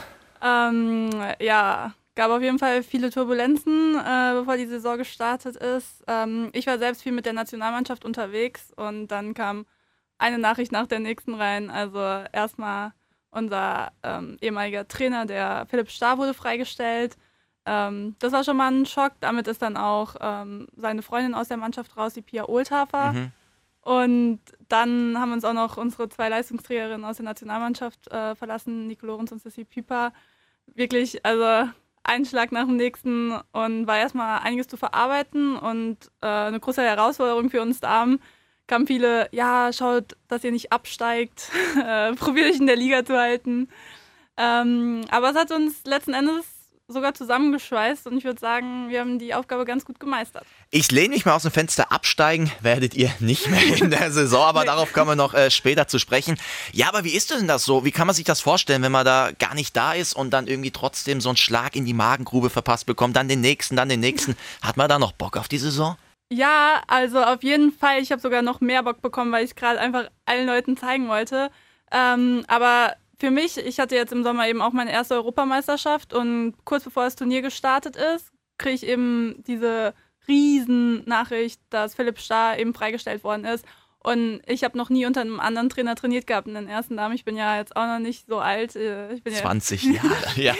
Ja, gab auf jeden Fall viele Turbulenzen, bevor die Saison gestartet ist. Ich war selbst viel mit der Nationalmannschaft unterwegs und dann kam eine Nachricht nach der nächsten rein. Also erstmal unser ehemaliger Trainer, der Philipp Starr, wurde freigestellt. Das war schon mal ein Schock. Damit ist dann auch seine Freundin aus der Mannschaft raus, die Pia Ohlthafer. Und dann haben uns auch noch unsere 2 Leistungsträgerinnen aus der Nationalmannschaft verlassen, Nico Lorenz und Sissi Pieper. Wirklich, also ein Schlag nach dem nächsten und war erstmal einiges zu verarbeiten und eine große Herausforderung für uns Damen. Kamen viele, ja, schaut, dass ihr nicht absteigt, probiert euch in der Liga zu halten. Aber es hat uns letzten Endes sogar zusammengeschweißt und ich würde sagen, wir haben die Aufgabe ganz gut gemeistert. Ich lehne mich mal aus dem Fenster, absteigen werdet ihr nicht mehr in der Saison, aber darauf kommen wir noch später zu sprechen. Ja, aber wie ist denn das so? Wie kann man sich das vorstellen, wenn man da gar nicht da ist und dann irgendwie trotzdem so einen Schlag in die Magengrube verpasst bekommt, dann den nächsten. Hat man da noch Bock auf die Saison? Ja, also auf jeden Fall. Ich habe sogar noch mehr Bock bekommen, weil ich gerade einfach allen Leuten zeigen wollte. Aber für mich, ich hatte jetzt im Sommer eben auch meine erste Europameisterschaft und kurz bevor das Turnier gestartet ist, kriege ich eben diese Riesen-Nachricht, dass Philipp Starr eben freigestellt worden ist. Und ich habe noch nie unter einem anderen Trainer trainiert gehabt in den ersten Damen. Ich bin ja jetzt auch noch nicht so alt. Ich bin 20 Jahre, ja.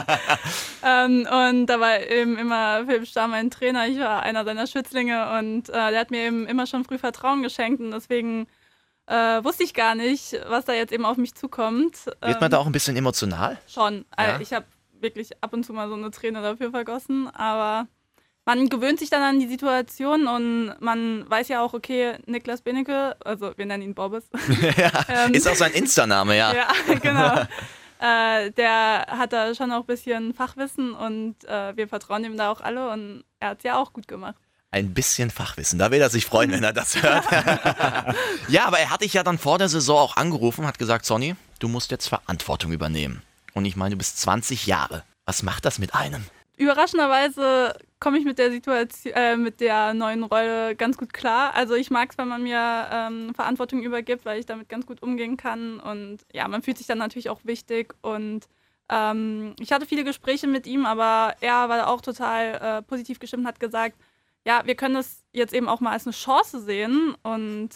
Genau. Und da war eben immer Philipp Starr mein Trainer. Ich war einer seiner Schützlinge und der hat mir eben immer schon früh Vertrauen geschenkt und deswegen wusste ich gar nicht, was da jetzt eben auf mich zukommt. Wird man da auch ein bisschen emotional? Schon. Ja. Ich habe wirklich ab und zu mal so eine Träne dafür vergossen, aber man gewöhnt sich dann an die Situation und man weiß ja auch, okay, Niklas Benecke, also wir nennen ihn Bobbes. Ja, ist auch sein Insta-Name, ja. Ja, genau. Der hat da schon auch ein bisschen Fachwissen und wir vertrauen ihm da auch alle und er hat es ja auch gut gemacht. Ein bisschen Fachwissen, da will er sich freuen, wenn er das hört. Ja, aber er hat dich ja dann vor der Saison auch angerufen, hat gesagt, Sonny, du musst jetzt Verantwortung übernehmen. Und ich meine, du bist 20 Jahre. Was macht das mit einem? Überraschenderweise komme ich mit der Situation, mit der neuen Rolle ganz gut klar. Also ich mag es, wenn man mir Verantwortung übergibt, weil ich damit ganz gut umgehen kann. Und ja, man fühlt sich dann natürlich auch wichtig. Und ich hatte viele Gespräche mit ihm, aber er war auch total positiv gestimmt und hat gesagt, ja, wir können es jetzt eben auch mal als eine Chance sehen und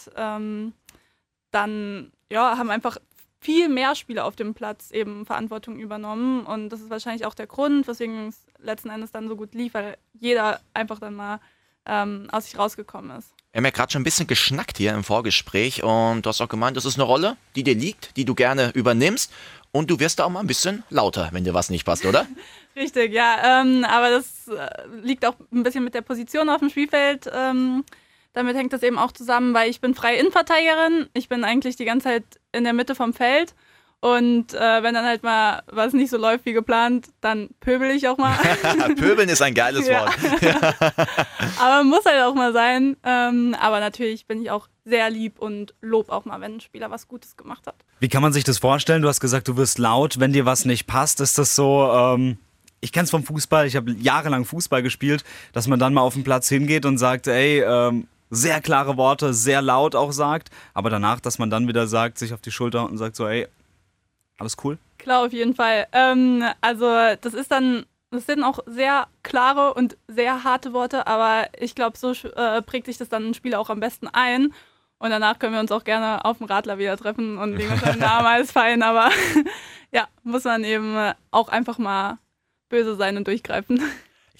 dann ja, haben einfach viel mehr Spieler auf dem Platz eben Verantwortung übernommen und das ist wahrscheinlich auch der Grund, weswegen es letzten Endes dann so gut lief, weil jeder einfach dann mal aus sich rausgekommen ist. Wir haben ja gerade schon ein bisschen geschnackt hier im Vorgespräch und du hast auch gemeint, das ist eine Rolle, die dir liegt, die du gerne übernimmst und du wirst da auch mal ein bisschen lauter, wenn dir was nicht passt, oder? Richtig, ja, aber das liegt auch ein bisschen mit der Position auf dem Spielfeld. Damit hängt das eben auch zusammen, weil ich bin freie Innenverteidigerin. Ich bin eigentlich die ganze Zeit in der Mitte vom Feld. Und wenn dann halt mal was nicht so läuft wie geplant, dann pöbel ich auch mal. Pöbeln ist ein geiles Wort. Ja. Aber muss halt auch mal sein. Aber natürlich bin ich auch sehr lieb und lob auch mal, wenn ein Spieler was Gutes gemacht hat. Wie kann man sich das vorstellen? Du hast gesagt, du wirst laut, wenn dir was nicht passt. Ist das so, ich kenne es vom Fußball, ich habe jahrelang Fußball gespielt, dass man dann mal auf den Platz hingeht und sagt, ey, sehr klare Worte, sehr laut auch sagt, aber danach, dass man dann wieder sagt, sich auf die Schulter und sagt so, ey, alles cool? Klar, auf jeden Fall. Also das sind auch sehr klare und sehr harte Worte, aber ich glaube, so prägt sich das dann ein Spieler auch am besten ein. Und danach können wir uns auch gerne auf dem Radler wieder treffen und legen uns einen Namen als fein, aber ja, muss man eben auch einfach mal böse sein und durchgreifen.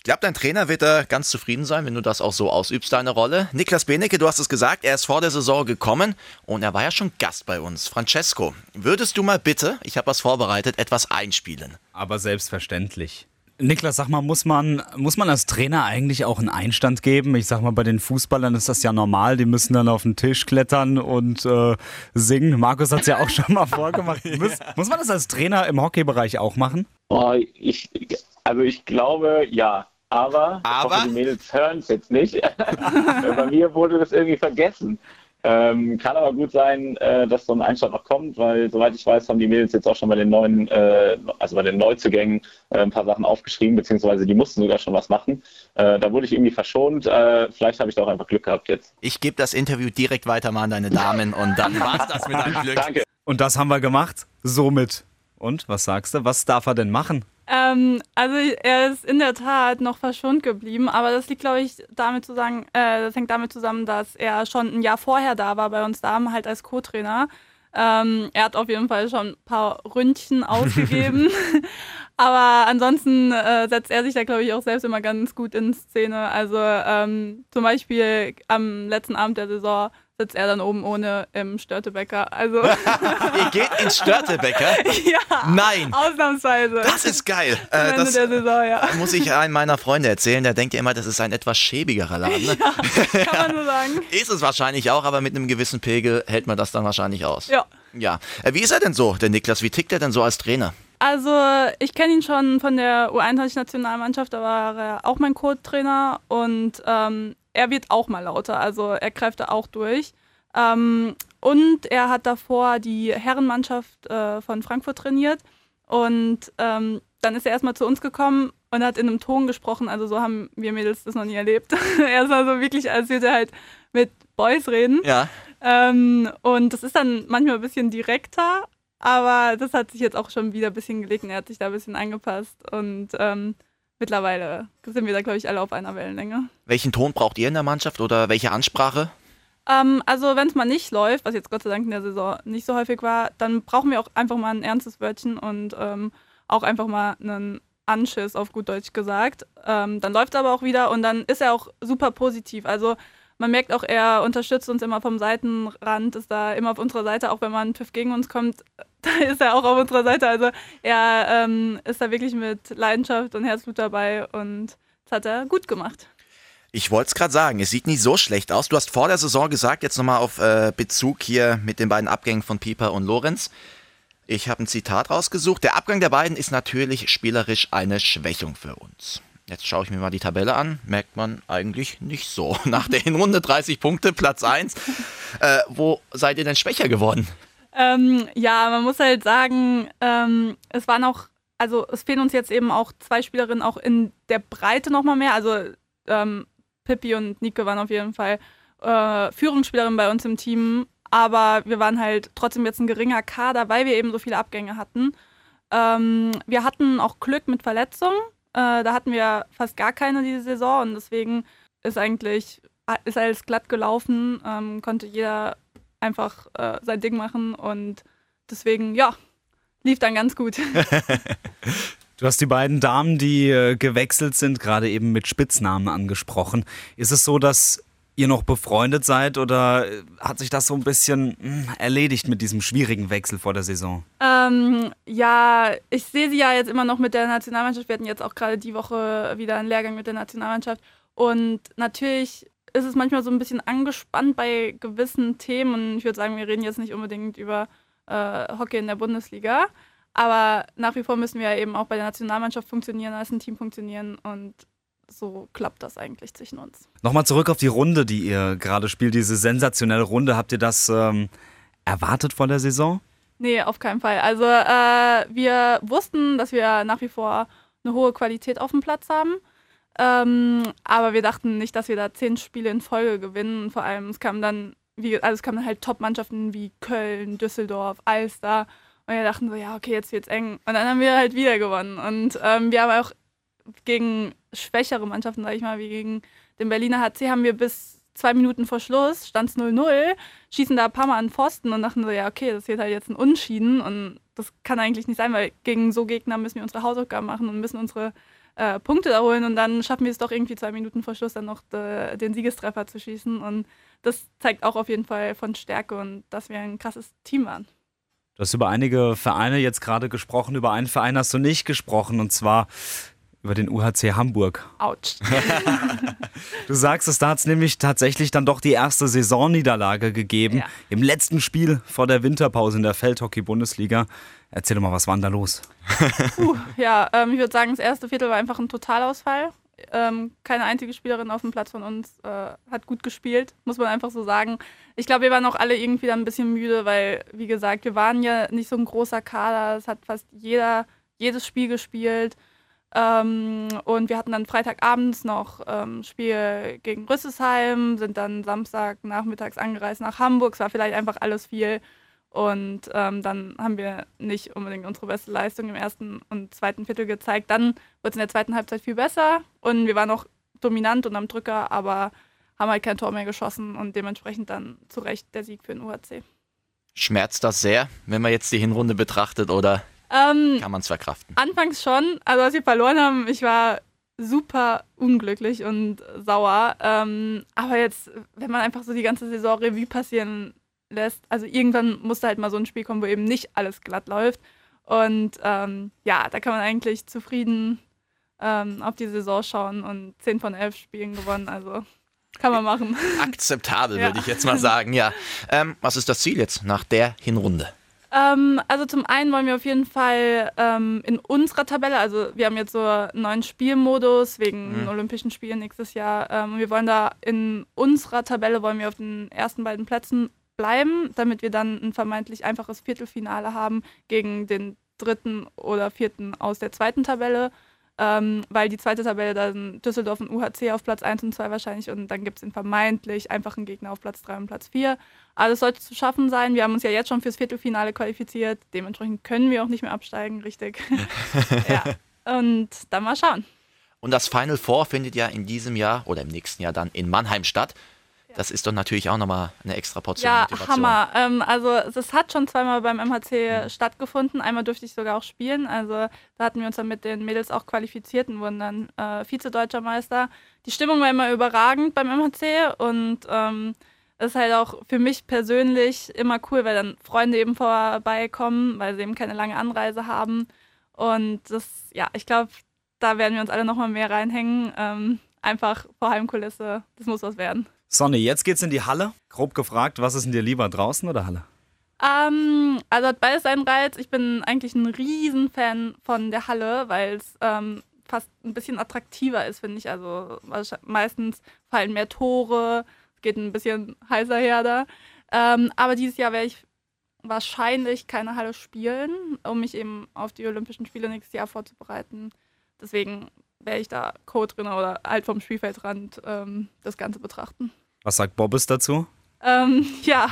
Ich glaube, dein Trainer wird da ganz zufrieden sein, wenn du das auch so ausübst, deine Rolle. Niklas Benecke, du hast es gesagt, er ist vor der Saison gekommen und er war ja schon Gast bei uns. Francesco, würdest du mal bitte, ich habe was vorbereitet, etwas einspielen? Aber selbstverständlich. Niklas, sag mal, muss man als Trainer eigentlich auch einen Einstand geben? Ich sag mal, bei den Fußballern ist das ja normal, die müssen dann auf den Tisch klettern und singen. Markus hat es ja auch schon mal vorgemacht. Muss man das als Trainer im Hockeybereich auch machen? Oh, ich glaube, ja. Aber? Ich hoffe, die Mädels hören es jetzt nicht. Bei mir wurde das irgendwie vergessen. Kann aber gut sein, dass so ein Einstand noch kommt, weil soweit ich weiß, haben die Mädels jetzt auch schon bei den neuen, bei den Neuzugängen ein paar Sachen aufgeschrieben, beziehungsweise die mussten sogar schon was machen. Da wurde ich irgendwie verschont. Vielleicht habe ich da auch einfach Glück gehabt jetzt. Ich gebe das Interview direkt weiter mal an deine Damen und dann war's das mit deinem Glück. Danke. Und das haben wir gemacht. Somit. Und, was sagst du? Was darf er denn machen? Also er ist in der Tat noch verschont geblieben, aber das liegt, glaube ich, das hängt damit zusammen, dass er schon ein Jahr vorher da war bei uns Damen, halt als Co-Trainer. Er hat auf jeden Fall schon ein paar Ründchen ausgegeben, aber ansonsten setzt er sich da, glaube ich, auch selbst immer ganz gut in Szene. Also zum Beispiel am letzten Abend der Saison sitzt er dann oben ohne im Störtebeker. Also Ihr geht ins Störtebeker? Ja, Nein. Ausnahmsweise. Das ist geil. Am Ende Das der Saison, ja. muss ich einem meiner Freunde erzählen. Der denkt ja immer, das ist ein etwas schäbigerer Laden. Ne? Ja, kann man so sagen. Ist es wahrscheinlich auch, aber mit einem gewissen Pegel hält man das dann wahrscheinlich aus. Ja. Ja. Wie ist er denn so, der Niklas? Wie tickt er denn so als Trainer? Also ich kenne ihn schon von der U21-Nationalmannschaft, da war er auch mein Co-Trainer und er wird auch mal lauter, also er greift da auch durch. Und er hat davor die Herrenmannschaft von Frankfurt trainiert und dann ist er erstmal zu uns gekommen und hat in einem Ton gesprochen, also so haben wir Mädels das noch nie erlebt. Er ist also wirklich, als würde er halt mit Boys reden. Ja. Und das ist dann manchmal ein bisschen direkter, aber das hat sich jetzt auch schon wieder ein bisschen gelegt und er hat sich da ein bisschen angepasst und mittlerweile sind wir da, glaube ich, alle auf einer Wellenlänge. Welchen Ton braucht ihr in der Mannschaft oder welche Ansprache? Also wenn es mal nicht läuft, was jetzt Gott sei Dank in der Saison nicht so häufig war, dann brauchen wir auch einfach mal ein ernstes Wörtchen und auch einfach mal einen Anschiss, auf gut Deutsch gesagt. Dann läuft es aber auch wieder und dann ist er auch super positiv. Also man merkt auch, er unterstützt uns immer vom Seitenrand, ist da immer auf unserer Seite, auch wenn mal ein Pfiff gegen uns kommt, da ist er auch auf unserer Seite. Also er ist da wirklich mit Leidenschaft und Herzblut dabei und das hat er gut gemacht. Ich wollte es gerade sagen, es sieht nicht so schlecht aus. Du hast vor der Saison gesagt, jetzt nochmal auf Bezug hier mit den beiden Abgängen von Pieper und Lorenz. Ich habe ein Zitat rausgesucht. Der Abgang der beiden ist natürlich spielerisch eine Schwächung für uns. Jetzt schaue ich mir mal die Tabelle an. Merkt man eigentlich nicht so. Nach der Hinrunde 30 Punkte, Platz 1. Wo seid ihr denn schwächer geworden? Ja, man muss halt sagen, es fehlen uns jetzt eben auch zwei Spielerinnen auch in der Breite nochmal mehr. Also Pippi und Nike waren auf jeden Fall Führungsspielerinnen bei uns im Team, aber wir waren halt trotzdem jetzt ein geringer Kader, weil wir eben so viele Abgänge hatten. Wir hatten auch Glück mit Verletzungen, da hatten wir fast gar keine diese Saison und deswegen ist alles glatt gelaufen, konnte jeder einfach sein Ding machen und deswegen, ja, lief dann ganz gut. Du hast die beiden Damen, die gewechselt sind, gerade eben mit Spitznamen angesprochen. Ist es so, dass ihr noch befreundet seid oder hat sich das so ein bisschen erledigt mit diesem schwierigen Wechsel vor der Saison? Ja, ich sehe sie ja jetzt immer noch mit der Nationalmannschaft. Wir hatten jetzt auch gerade die Woche wieder einen Lehrgang mit der Nationalmannschaft. Und natürlich ist es manchmal so ein bisschen angespannt bei gewissen Themen. Und ich würde sagen, wir reden jetzt nicht unbedingt über Hockey in der Bundesliga. Aber nach wie vor müssen wir ja eben auch bei der Nationalmannschaft funktionieren, als ein Team funktionieren und so klappt das eigentlich zwischen uns. Nochmal zurück auf die Runde, die ihr gerade spielt, diese sensationelle Runde. Habt ihr das erwartet vor der Saison? Nee, auf keinen Fall. Also wir wussten, dass wir nach wie vor eine hohe Qualität auf dem Platz haben. Aber wir dachten nicht, dass wir da 10 Spiele in Folge gewinnen. Vor allem, es kamen dann halt Top-Mannschaften wie Köln, Düsseldorf, Alster. Und wir dachten so, ja, okay, jetzt wird's eng. Und dann haben wir halt wieder gewonnen. Und wir haben auch gegen schwächere Mannschaften, sag ich mal, wie gegen den Berliner HC, haben wir bis 2 Minuten vor Schluss, stand es 0-0, schießen da ein paar Mal an den Pfosten und dachten so, ja, okay, das wird halt jetzt ein Unschieden. Und das kann eigentlich nicht sein, weil gegen so Gegner müssen wir unsere Hausaufgaben machen und müssen unsere Punkte da holen und dann schaffen wir es doch irgendwie 2 Minuten vor Schluss dann noch den Siegestreffer zu schießen und das zeigt auch auf jeden Fall von Stärke und dass wir ein krasses Team waren. Du hast über einige Vereine jetzt gerade gesprochen, über einen Verein hast du nicht gesprochen und zwar über den UHC Hamburg. Autsch. Du sagst es, da hat es nämlich tatsächlich dann doch die erste Saisonniederlage gegeben. Ja. Im letzten Spiel vor der Winterpause in der Feldhockey-Bundesliga. Erzähl doch mal, was war denn da los? Ich würde sagen, das erste Viertel war einfach ein Totalausfall. Keine einzige Spielerin auf dem Platz von uns hat gut gespielt, muss man einfach so sagen. Ich glaube, wir waren auch alle irgendwie dann ein bisschen müde, weil, wie gesagt, wir waren ja nicht so ein großer Kader. Es hat fast jedes Spiel gespielt. Und wir hatten dann Freitagabends noch Spiel gegen Rüsselsheim, sind dann Samstagnachmittags angereist nach Hamburg. Es war vielleicht einfach alles viel. Und dann haben wir nicht unbedingt unsere beste Leistung im ersten und zweiten Viertel gezeigt. Dann wurde es in der zweiten Halbzeit viel besser und wir waren auch dominant und am Drücker, aber haben halt kein Tor mehr geschossen und dementsprechend dann zu Recht der Sieg für den UHC. Schmerzt das sehr, wenn man jetzt die Hinrunde betrachtet oder kann man es verkraften? Anfangs schon. Also als wir verloren haben, ich war super unglücklich und sauer. Aber jetzt, wenn man einfach so die ganze Saison Revue passieren lässt, also irgendwann musste halt mal so ein Spiel kommen, wo eben nicht alles glatt läuft. Und da kann man eigentlich zufrieden auf die Saison schauen und 10 von 11 Spielen gewonnen, also kann man machen. Akzeptabel, würde ich jetzt mal sagen, ja. Was ist das Ziel jetzt nach der Hinrunde? Also zum einen wollen wir auf jeden Fall in unserer Tabelle, also wir haben jetzt so einen neuen Spielmodus wegen den Olympischen Spielen nächstes Jahr. Wir wollen da in unserer Tabelle wollen wir auf den ersten beiden Plätzen bleiben, damit wir dann ein vermeintlich einfaches Viertelfinale haben gegen den 3. oder 4. aus der zweiten Tabelle. Weil die zweite Tabelle dann Düsseldorf und UHC auf Platz 1 und 2 wahrscheinlich und dann gibt es den vermeintlich einfachen Gegner auf Platz 3 und Platz 4. Aber das sollte zu schaffen sein. Wir haben uns ja jetzt schon fürs Viertelfinale qualifiziert. Dementsprechend können wir auch nicht mehr absteigen, richtig. Ja. Und dann mal schauen. Und das Final Four findet ja in diesem Jahr oder im nächsten Jahr dann in Mannheim statt. Das ist doch natürlich auch nochmal eine extra Portion Motivation. Ja, Hammer. Also es hat schon zweimal beim MHC stattgefunden. Einmal durfte ich sogar auch spielen. Also da hatten wir uns dann mit den Mädels auch qualifiziert und wurden dann Vize-Deutscher Meister. Die Stimmung war immer überragend beim MHC und es ist halt auch für mich persönlich immer cool, weil dann Freunde eben vorbeikommen, weil sie eben keine lange Anreise haben. Und ich glaube, da werden wir uns alle nochmal mehr reinhängen. Einfach vor Heimkulisse, das muss was werden. Sonny, jetzt geht's in die Halle. Grob gefragt, was ist denn dir lieber, draußen oder Halle? Also hat beides seinen Reiz. Ich bin eigentlich ein Riesenfan von der Halle, weil es fast ein bisschen attraktiver ist, finde ich. Also meistens fallen mehr Tore, es geht ein bisschen heißer her da. Aber dieses Jahr werde ich wahrscheinlich keine Halle spielen, um mich eben auf die Olympischen Spiele nächstes Jahr vorzubereiten. Deswegen werde ich da Co-Trainer oder halt vom Spielfeldrand das Ganze betrachten. Was sagt Bobbes dazu? Der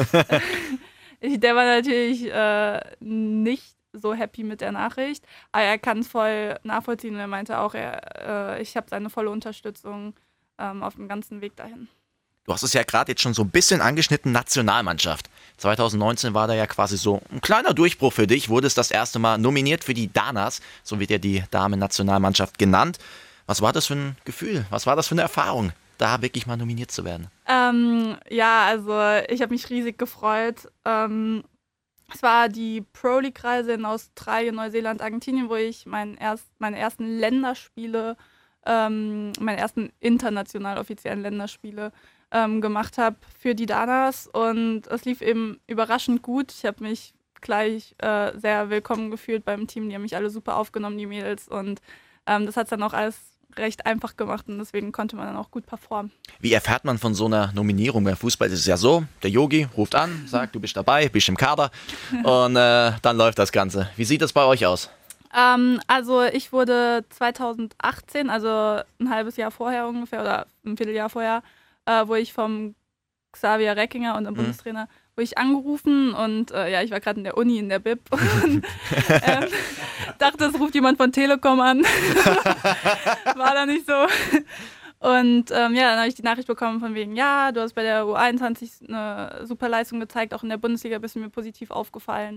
war natürlich nicht so happy mit der Nachricht, aber er kann es voll nachvollziehen und er meinte auch, ich habe seine volle Unterstützung auf dem ganzen Weg dahin. Du hast es ja gerade jetzt schon so ein bisschen angeschnitten, Nationalmannschaft. 2019 war da ja quasi so ein kleiner Durchbruch für dich, wurdest das erste Mal nominiert für die Danas, so wird ja die Damen-Nationalmannschaft genannt. Was war das für ein Gefühl? Was war das für eine Erfahrung, da wirklich mal nominiert zu werden? Also ich habe mich riesig gefreut. Es war die Pro-League-Reise in Australien, Neuseeland, Argentinien, wo ich meine ersten Länderspiele, meine ersten international offiziellen Länderspiele gemacht habe für die Danas und es lief eben überraschend gut. Ich habe mich gleich sehr willkommen gefühlt beim Team, die haben mich alle super aufgenommen, die Mädels und das hat es dann auch alles recht einfach gemacht und deswegen konnte man dann auch gut performen. Wie erfährt man von so einer Nominierung? Beim Fußball ist es ja so, der Yogi ruft an, sagt, du bist dabei, bist im Kader und dann läuft das Ganze. Wie sieht das bei euch aus? Also ich wurde 2018, also ein halbes Jahr vorher ungefähr oder ein Vierteljahr vorher, wurde ich vom Xavier Reckinger und dem Bundestrainer, wurde ich angerufen und ich war gerade in der Uni, in der Bib und dachte, es ruft jemand von Telekom an. War da nicht so. Und dann habe ich die Nachricht bekommen von wegen, ja, du hast bei der U21 eine super Leistung gezeigt, auch in der Bundesliga bist du mir positiv aufgefallen.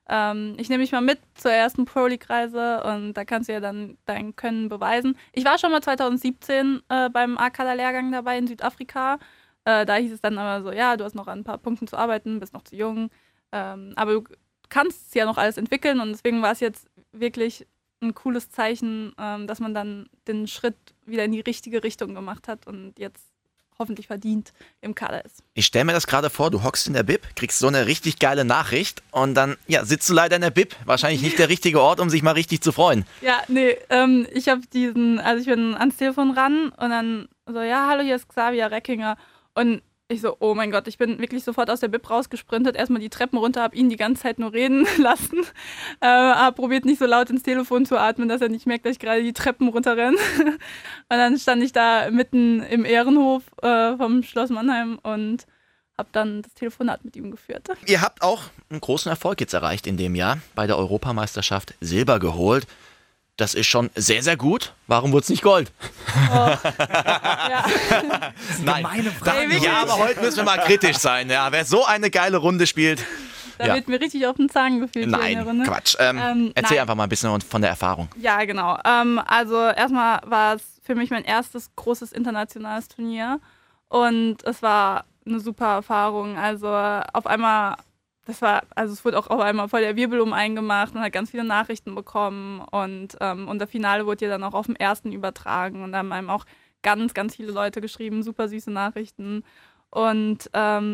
ich nehme mich mal mit zur ersten Pro League-Reise und da kannst du ja dann dein Können beweisen. Ich war schon mal 2017 beim A-Kader-Lehrgang dabei in Südafrika. Da hieß es dann aber so, ja, du hast noch an ein paar Punkten zu arbeiten, bist noch zu jung. Aber du kannst ja noch alles entwickeln und deswegen war es jetzt wirklich ein cooles Zeichen, dass man dann den Schritt wieder in die richtige Richtung gemacht hat und jetzt hoffentlich verdient im Kader ist. Ich stelle mir das gerade vor, du hockst in der Bib, kriegst so eine richtig geile Nachricht und dann sitzt du leider in der Bib. Wahrscheinlich nicht der richtige Ort, um sich mal richtig zu freuen. Ja, nee, ich bin ans Telefon ran und dann so, ja, hallo, hier ist Xavier Reckinger. Und ich so, oh mein Gott, ich bin wirklich sofort aus der Bib rausgesprintet, erstmal die Treppen runter, hab ihn die ganze Zeit nur reden lassen. Hab probiert nicht so laut ins Telefon zu atmen, dass er nicht merkt, dass ich gerade die Treppen runterrenne. Und dann stand ich da mitten im Ehrenhof vom Schloss Mannheim und hab dann das Telefonat mit ihm geführt. Ihr habt auch einen großen Erfolg jetzt erreicht in dem Jahr, bei der Europameisterschaft Silber geholt. Das ist schon sehr, sehr gut. Warum wurde es nicht Gold? Oh. Ja. Nein, aber heute müssen wir mal kritisch sein. Ja, wer so eine geile Runde spielt. Da wird mir richtig auf den Zahn gefühlt. Nein, Quatsch. Erzähl einfach mal ein bisschen von der Erfahrung. Ja, genau. Also erstmal war es für mich mein erstes großes internationales Turnier und es war eine super Erfahrung. Also auf einmal... es wurde auch auf einmal voll der Wirbel eingemacht, man hat ganz viele Nachrichten bekommen und das Finale wurde ja dann auch auf dem ersten übertragen und da haben einem auch ganz, ganz viele Leute geschrieben, super süße Nachrichten und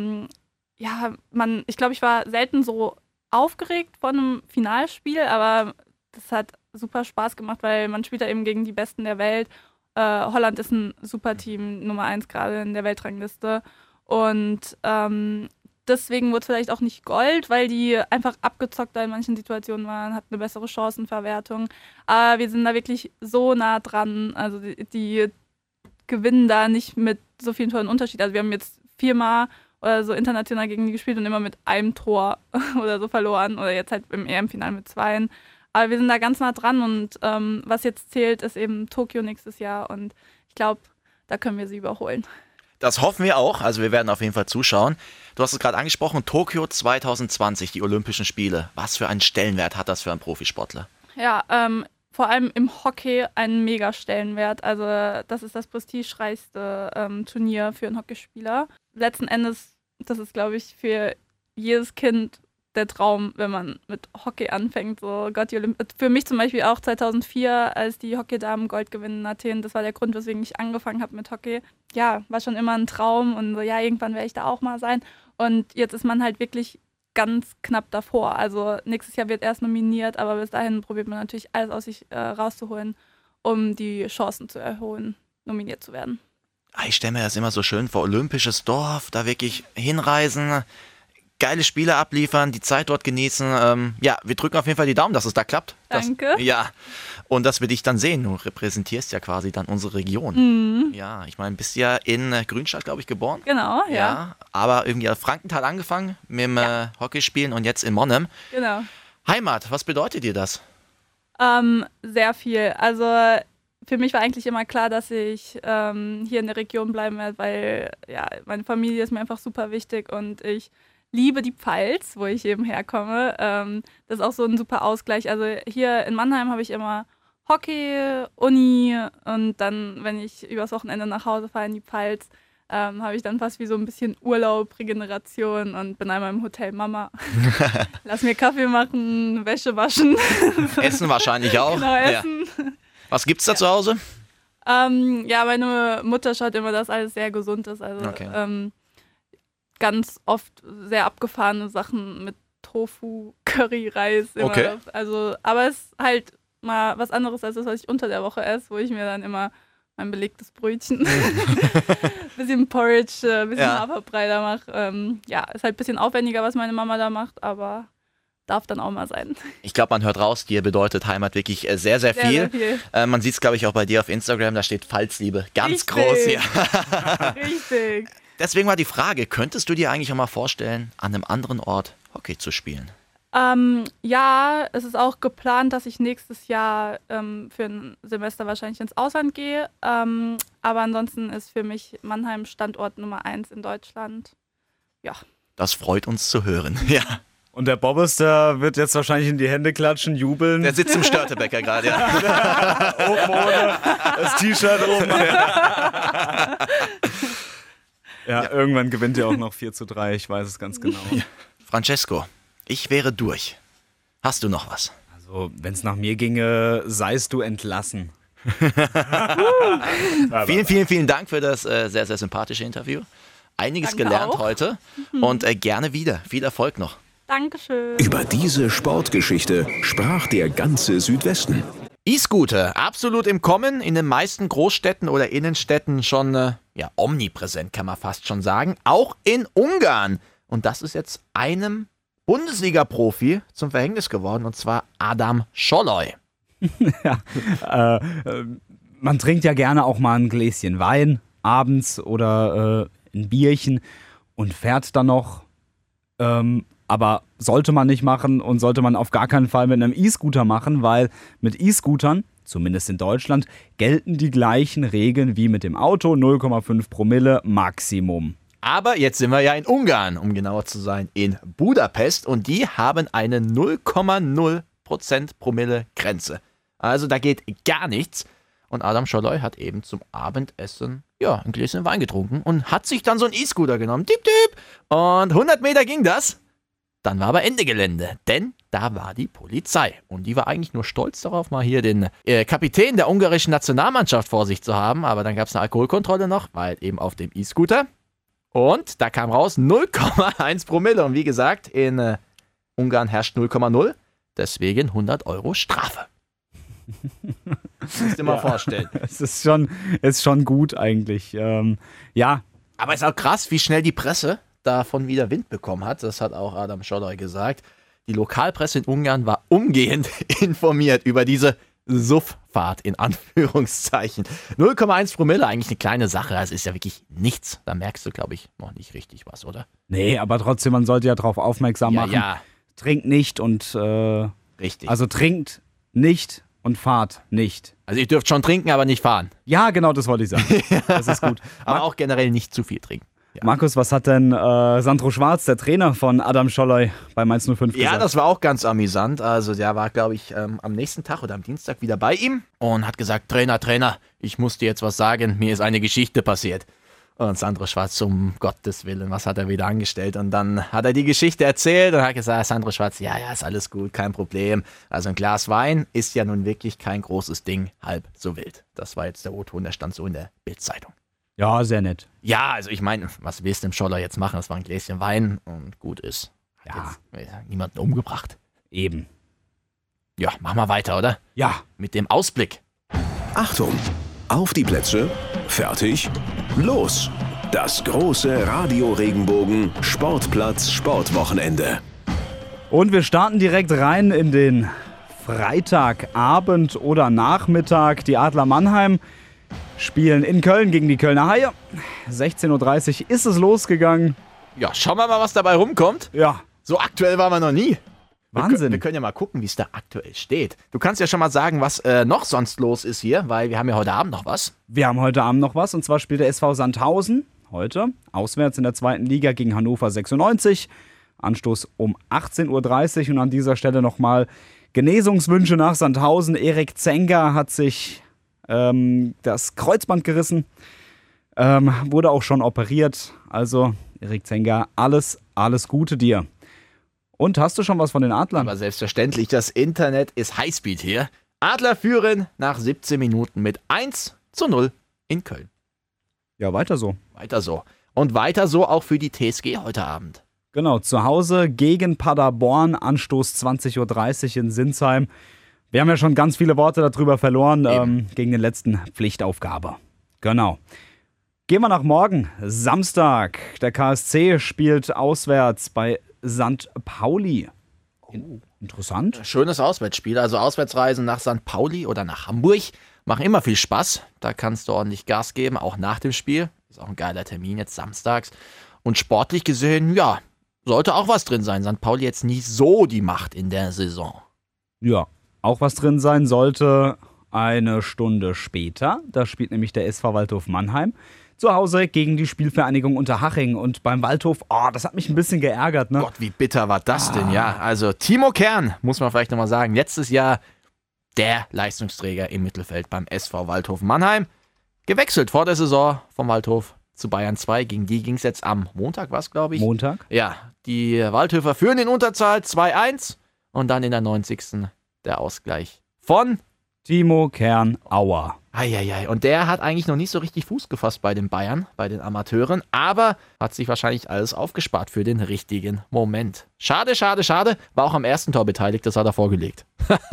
ich glaube, ich war selten so aufgeregt vor einem Finalspiel, aber das hat super Spaß gemacht, weil man spielt da eben gegen die Besten der Welt. Holland ist ein super Team, Nummer 1 gerade in der Weltrangliste und deswegen wurde es vielleicht auch nicht Gold, weil die einfach abgezockter in manchen Situationen waren, hatten eine bessere Chancenverwertung. Aber wir sind da wirklich so nah dran. Also die gewinnen da nicht mit so vielen Toren Unterschied. Also wir haben jetzt 4-mal oder so international gegen die gespielt und immer mit einem Tor oder so verloren. Oder jetzt halt im EM-Finale mit 2. Aber wir sind da ganz nah dran und was jetzt zählt, ist eben Tokio nächstes Jahr. Und ich glaube, da können wir sie überholen. Das hoffen wir auch. Also wir werden auf jeden Fall zuschauen. Du hast es gerade angesprochen, Tokio 2020, die Olympischen Spiele. Was für einen Stellenwert hat das für einen Profisportler? Ja, vor allem im Hockey einen mega Stellenwert. Also das ist das prestigereichste Turnier für einen Hockeyspieler. Letzten Endes, das ist, glaube ich, für jedes Kind der Traum, wenn man mit Hockey anfängt. So Gott, für mich zum Beispiel auch 2004, als die Hockeydamen Gold gewinnen in Athen. Das war der Grund, weswegen ich angefangen habe mit Hockey. Ja, war schon immer ein Traum und so, ja, irgendwann werde ich da auch mal sein. Und jetzt ist man halt wirklich ganz knapp davor. Also nächstes Jahr wird erst nominiert, aber bis dahin probiert man natürlich alles aus sich rauszuholen, um die Chancen zu erhöhen, nominiert zu werden. Ich stelle mir das immer so schön vor, olympisches Dorf, da wirklich hinreisen, geile Spiele abliefern, die Zeit dort genießen. Wir drücken auf jeden Fall die Daumen, dass es da klappt. Danke. Und dass wir dich dann sehen. Du repräsentierst ja quasi dann unsere Region. Mhm. Ja, ich meine, bist ja in Grünstadt, glaube ich, geboren. Genau, ja. Aber irgendwie auf Frankenthal angefangen mit dem Hockeyspielen und jetzt in Monnem. Genau. Heimat, was bedeutet dir das? Sehr viel. Also für mich war eigentlich immer klar, dass ich hier in der Region bleiben werde, weil meine Familie ist mir einfach super wichtig und ich liebe die Pfalz, wo ich eben herkomme. Das ist auch so ein super Ausgleich. Also hier in Mannheim habe ich immer Hockey, Uni und dann, wenn ich übers Wochenende nach Hause fahre in die Pfalz, habe ich dann fast wie so ein bisschen Urlaub, Regeneration und bin einmal im Hotel Mama. Lass mir Kaffee machen, Wäsche waschen. Essen wahrscheinlich auch. Genau, Essen. Ja. Was gibt's da zu Hause? Meine Mutter schaut immer, dass alles sehr gesund ist. Also ganz oft sehr abgefahrene Sachen mit Tofu, Curry, Reis. Immer. Okay. Also, aber es ist halt mal was anderes als das, was ich unter der Woche esse, wo ich mir dann immer mein belegtes Brötchen, bisschen Porridge, bisschen Haferbrei da mache. Ist halt ein bisschen aufwendiger, was meine Mama da macht, aber darf dann auch mal sein. Ich glaube, man hört raus, dir bedeutet Heimat wirklich sehr, sehr viel. Sehr viel. Man sieht es, glaube ich, auch bei dir auf Instagram, da steht Pfalzliebe ganz groß hier. Richtig. Deswegen war die Frage, könntest du dir eigentlich auch mal vorstellen, an einem anderen Ort Hockey zu spielen? Es ist auch geplant, dass ich nächstes Jahr für ein Semester wahrscheinlich ins Ausland gehe. Aber ansonsten ist für mich Mannheim Standort Nummer 1 in Deutschland. Ja. Das freut uns zu hören, ja. Und der Bobbes, der wird jetzt wahrscheinlich in die Hände klatschen, jubeln. Der sitzt im Störtebecker gerade, ja. Oben ohne das T-Shirt rum. Ja, irgendwann gewinnt er auch noch 4:3, ich weiß es ganz genau. Francesco, ich wäre durch. Hast du noch was? Also, wenn es nach mir ginge, seist du entlassen. Vielen Dank für das sehr, sehr sympathische Interview. Einiges Danke gelernt auch. heute und gerne wieder. Viel Erfolg noch. Dankeschön. Über diese Sportgeschichte sprach der ganze Südwesten. E-Scooter, absolut im Kommen, in den meisten Großstädten oder Innenstädten schon omnipräsent, kann man fast schon sagen. Auch in Ungarn. Und das ist jetzt einem Bundesliga-Profi zum Verhängnis geworden, und zwar Adam Scholloy. Man trinkt ja gerne auch mal ein Gläschen Wein abends oder ein Bierchen und fährt dann noch. Aber sollte man nicht machen und sollte man auf gar keinen Fall mit einem E-Scooter machen, weil mit E-Scootern, zumindest in Deutschland, gelten die gleichen Regeln wie mit dem Auto, 0,5 Promille Maximum. Aber jetzt sind wir ja in Ungarn, um genauer zu sein, in Budapest, und die haben eine 0,0% Promille-Grenze. Also da geht gar nichts. Und Adam Scholloy hat eben zum Abendessen ein Gläschen Wein getrunken und hat sich dann so einen E-Scooter genommen. Tipp, tipp. Und 100 Meter ging das. Dann war aber Ende Gelände, denn da war die Polizei. Und die war eigentlich nur stolz darauf, mal hier den Kapitän der ungarischen Nationalmannschaft vor sich zu haben. Aber dann gab es eine Alkoholkontrolle noch, weil eben auf dem E-Scooter. Und da kam raus 0,1 Promille. Und wie gesagt, in Ungarn herrscht 0,0. Deswegen 100 € Strafe. Musst dir mal vorstellen. Es ist schon gut eigentlich. Ja. Aber es ist auch krass, wie schnell die Presse davon wieder Wind bekommen hat. Das hat auch Adam Scholloy gesagt. Die Lokalpresse in Ungarn war umgehend informiert über diese Sufffahrt in Anführungszeichen. 0,1 Promille, eigentlich eine kleine Sache. Es ist ja wirklich nichts. Da merkst du, glaube ich, noch nicht richtig was, oder? Nee, aber trotzdem, man sollte ja darauf aufmerksam machen. Ja. Trinkt nicht und Richtig. Also trinkt nicht und fahrt nicht. Also ihr dürft schon trinken, aber nicht fahren. Ja, genau, das wollte ich sagen. Das ist gut. Aber auch generell nicht zu viel trinken. Ja. Markus, was hat denn Sandro Schwarz, der Trainer von Adam Scholloy bei Mainz 05 gesagt? Ja, das war auch ganz amüsant. Also der war, glaube ich, am nächsten Tag oder am Dienstag wieder bei ihm und hat gesagt, Trainer, ich muss dir jetzt was sagen, mir ist eine Geschichte passiert. Und Sandro Schwarz, um Gottes Willen, was hat er wieder angestellt? Und dann hat er die Geschichte erzählt und hat gesagt, Sandro Schwarz, ja, ist alles gut, kein Problem. Also ein Glas Wein ist ja nun wirklich kein großes Ding, halb so wild. Das war jetzt der O-Ton, der stand so in der Bild-Zeitung. Ja, sehr nett. Ja, also ich meine, was willst du dem Scholler jetzt machen? Das war ein Gläschen Wein und gut ist. Ja. Jetzt niemanden umgebracht. Eben. Ja, machen wir weiter, oder? Ja. Mit dem Ausblick. Achtung! Auf die Plätze, fertig, los! Das große Radio Regenbogen Sportplatz Sportwochenende. Und wir starten direkt rein in den Freitagabend oder Nachmittag. Die Adler Mannheim spielen in Köln gegen die Kölner Haie. 16:30 Uhr ist es losgegangen. Ja, schauen wir mal, was dabei rumkommt. Ja, So aktuell waren wir noch nie. Wahnsinn. Wir können ja mal gucken, wie es da aktuell steht. Du kannst ja schon mal sagen, was noch sonst los ist hier, weil wir haben ja heute Abend noch was. Wir haben heute Abend noch was, und zwar spielt der SV Sandhausen heute auswärts in der 2. Liga gegen Hannover 96. Anstoß um 18:30 Uhr, und an dieser Stelle nochmal Genesungswünsche nach Sandhausen. Erik Zenger hat sich das Kreuzband gerissen, wurde auch schon operiert. Also Erik Zenger, alles Gute dir. Und hast du schon was von den Adlern? Aber selbstverständlich, das Internet ist Highspeed hier. Adler führen nach 17 Minuten mit 1:0 in Köln. Ja, weiter so. Weiter so. Und weiter so auch für die TSG heute Abend. Genau, zu Hause gegen Paderborn, Anstoß 20:30 Uhr in Sinsheim. Wir haben ja schon ganz viele Worte darüber verloren, gegen den letzten Pflichtaufgabe. Genau. Gehen wir nach morgen, Samstag. Der KSC spielt auswärts bei St. Pauli. Interessant. Schönes Auswärtsspiel. Also Auswärtsreisen nach St. Pauli oder nach Hamburg machen immer viel Spaß. Da kannst du ordentlich Gas geben, auch nach dem Spiel. Ist auch ein geiler Termin jetzt samstags. Und sportlich gesehen, ja, sollte auch was drin sein. St. Pauli jetzt nicht so die Macht in der Saison. Ja, auch was drin sein sollte eine Stunde später. Da spielt nämlich der SV Waldhof Mannheim zu Hause gegen die Spielvereinigung Unterhaching. Und beim Waldhof, das hat mich ein bisschen geärgert. Ne? Gott, wie bitter war das denn, ja. Also Timo Kern, muss man vielleicht nochmal sagen, letztes Jahr der Leistungsträger im Mittelfeld beim SV Waldhof Mannheim. Gewechselt vor der Saison vom Waldhof zu Bayern 2. Gegen die ging es jetzt am Montag, was glaube ich? Montag? Ja, die Waldhöfer führen in Unterzahl 2-1 und dann in der 90. der Ausgleich von Timo Kern Auer. Eieiei, und der hat eigentlich noch nicht so richtig Fuß gefasst bei den Bayern, bei den Amateuren, aber hat sich wahrscheinlich alles aufgespart für den richtigen Moment. Schade, schade, schade. War auch am ersten Tor beteiligt, das hat er vorgelegt.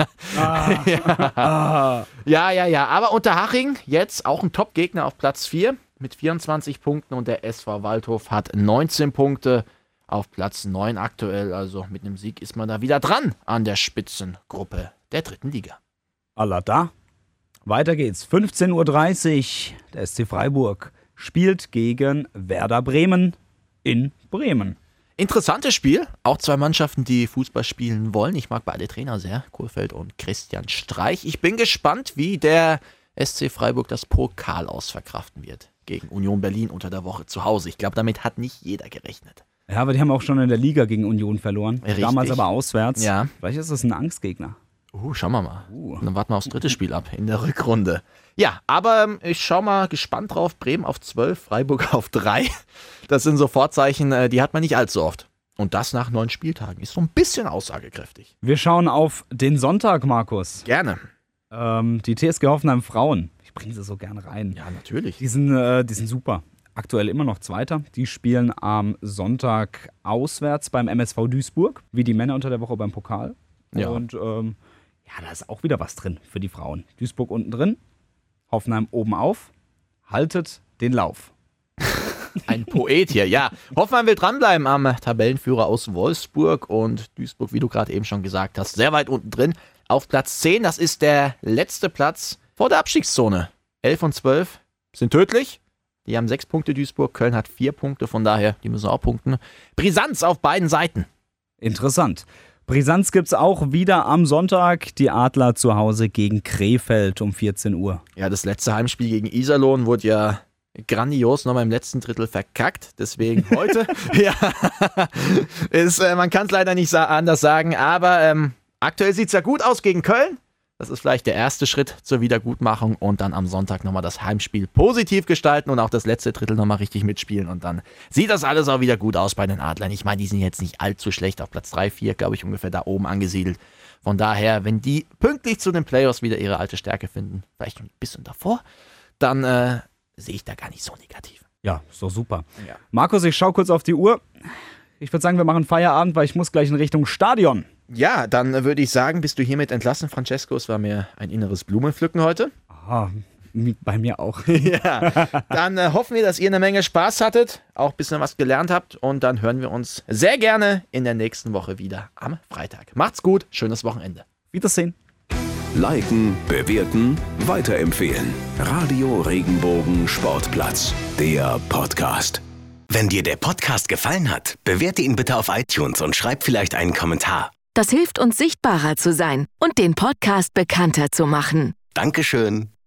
Ja. Aber Unterhaching jetzt auch ein Top-Gegner auf Platz 4 mit 24 Punkten und der SV Waldhof hat 19 Punkte auf Platz 9 aktuell. Also mit einem Sieg ist man da wieder dran an der Spitzengruppe der 3. Liga. Allah da. Weiter geht's. 15:30 Uhr. Der SC Freiburg spielt gegen Werder Bremen in Bremen. Interessantes Spiel. Auch zwei Mannschaften, die Fußball spielen wollen. Ich mag beide Trainer sehr. Kohlfeld und Christian Streich. Ich bin gespannt, wie der SC Freiburg das Pokal ausverkraften wird. Gegen Union Berlin unter der Woche zu Hause. Ich glaube, damit hat nicht jeder gerechnet. Ja, aber die haben auch schon in der Liga gegen Union verloren. Richtig. Damals aber auswärts. Ja. Vielleicht ist das ein Angstgegner. Schauen wir mal. Dann warten wir aufs dritte Spiel ab in der Rückrunde. Ja, aber ich schaue mal gespannt drauf. Bremen auf 12, Freiburg auf 3. Das sind so Vorzeichen, die hat man nicht allzu oft. Und das nach 9 Spieltagen. Ist so ein bisschen aussagekräftig. Wir schauen auf den Sonntag, Markus. Gerne. Die TSG Hoffenheim Frauen. Ich bringe sie so gerne rein. Ja, natürlich. Die sind super. Aktuell immer noch Zweiter. Die spielen am Sonntag auswärts beim MSV Duisburg. Wie die Männer unter der Woche beim Pokal. Ja. Und da ist auch wieder was drin für die Frauen. Duisburg unten drin, Hoffenheim oben auf. Haltet den Lauf. Ein Poet hier, ja. Hoffenheim will dranbleiben am Tabellenführer aus Wolfsburg und Duisburg, wie du gerade eben schon gesagt hast, sehr weit unten drin. Auf Platz 10, das ist der letzte Platz vor der Abstiegszone. 11 und 12 sind tödlich. Die haben 6 Punkte Duisburg, Köln hat 4 Punkte, von daher, die müssen auch punkten. Brisanz auf beiden Seiten. Interessant. Brisanz gibt's auch wieder am Sonntag. Die Adler zu Hause gegen Krefeld um 14 Uhr. Ja, das letzte Heimspiel gegen Iserlohn wurde ja grandios nochmal im letzten Drittel verkackt. Deswegen heute, man kann es leider nicht anders sagen, aber aktuell sieht es ja gut aus gegen Köln. Das ist vielleicht der erste Schritt zur Wiedergutmachung und dann am Sonntag nochmal das Heimspiel positiv gestalten und auch das letzte Drittel nochmal richtig mitspielen und dann sieht das alles auch wieder gut aus bei den Adlern. Ich meine, die sind jetzt nicht allzu schlecht, auf Platz 3, 4, glaube ich, ungefähr da oben angesiedelt. Von daher, wenn die pünktlich zu den Playoffs wieder ihre alte Stärke finden, vielleicht ein bisschen davor, dann sehe ich da gar nicht so negativ. Ja, ist doch super. Ja. Markus, ich schaue kurz auf die Uhr. Ich würde sagen, wir machen Feierabend, weil ich muss gleich in Richtung Stadion. Ja, dann würde ich sagen, bist du hiermit entlassen, Francesco. Es war mir ein inneres Blumenpflücken heute. Bei mir auch. Ja, dann hoffen wir, dass ihr eine Menge Spaß hattet, auch ein bisschen was gelernt habt und dann hören wir uns sehr gerne in der nächsten Woche wieder am Freitag. Macht's gut, schönes Wochenende. Wiedersehen. Liken, bewerten, weiterempfehlen. Radio Regenbogen Sportplatz, der Podcast. Wenn dir der Podcast gefallen hat, bewerte ihn bitte auf iTunes und schreib vielleicht einen Kommentar. Das hilft uns, sichtbarer zu sein und den Podcast bekannter zu machen. Dankeschön.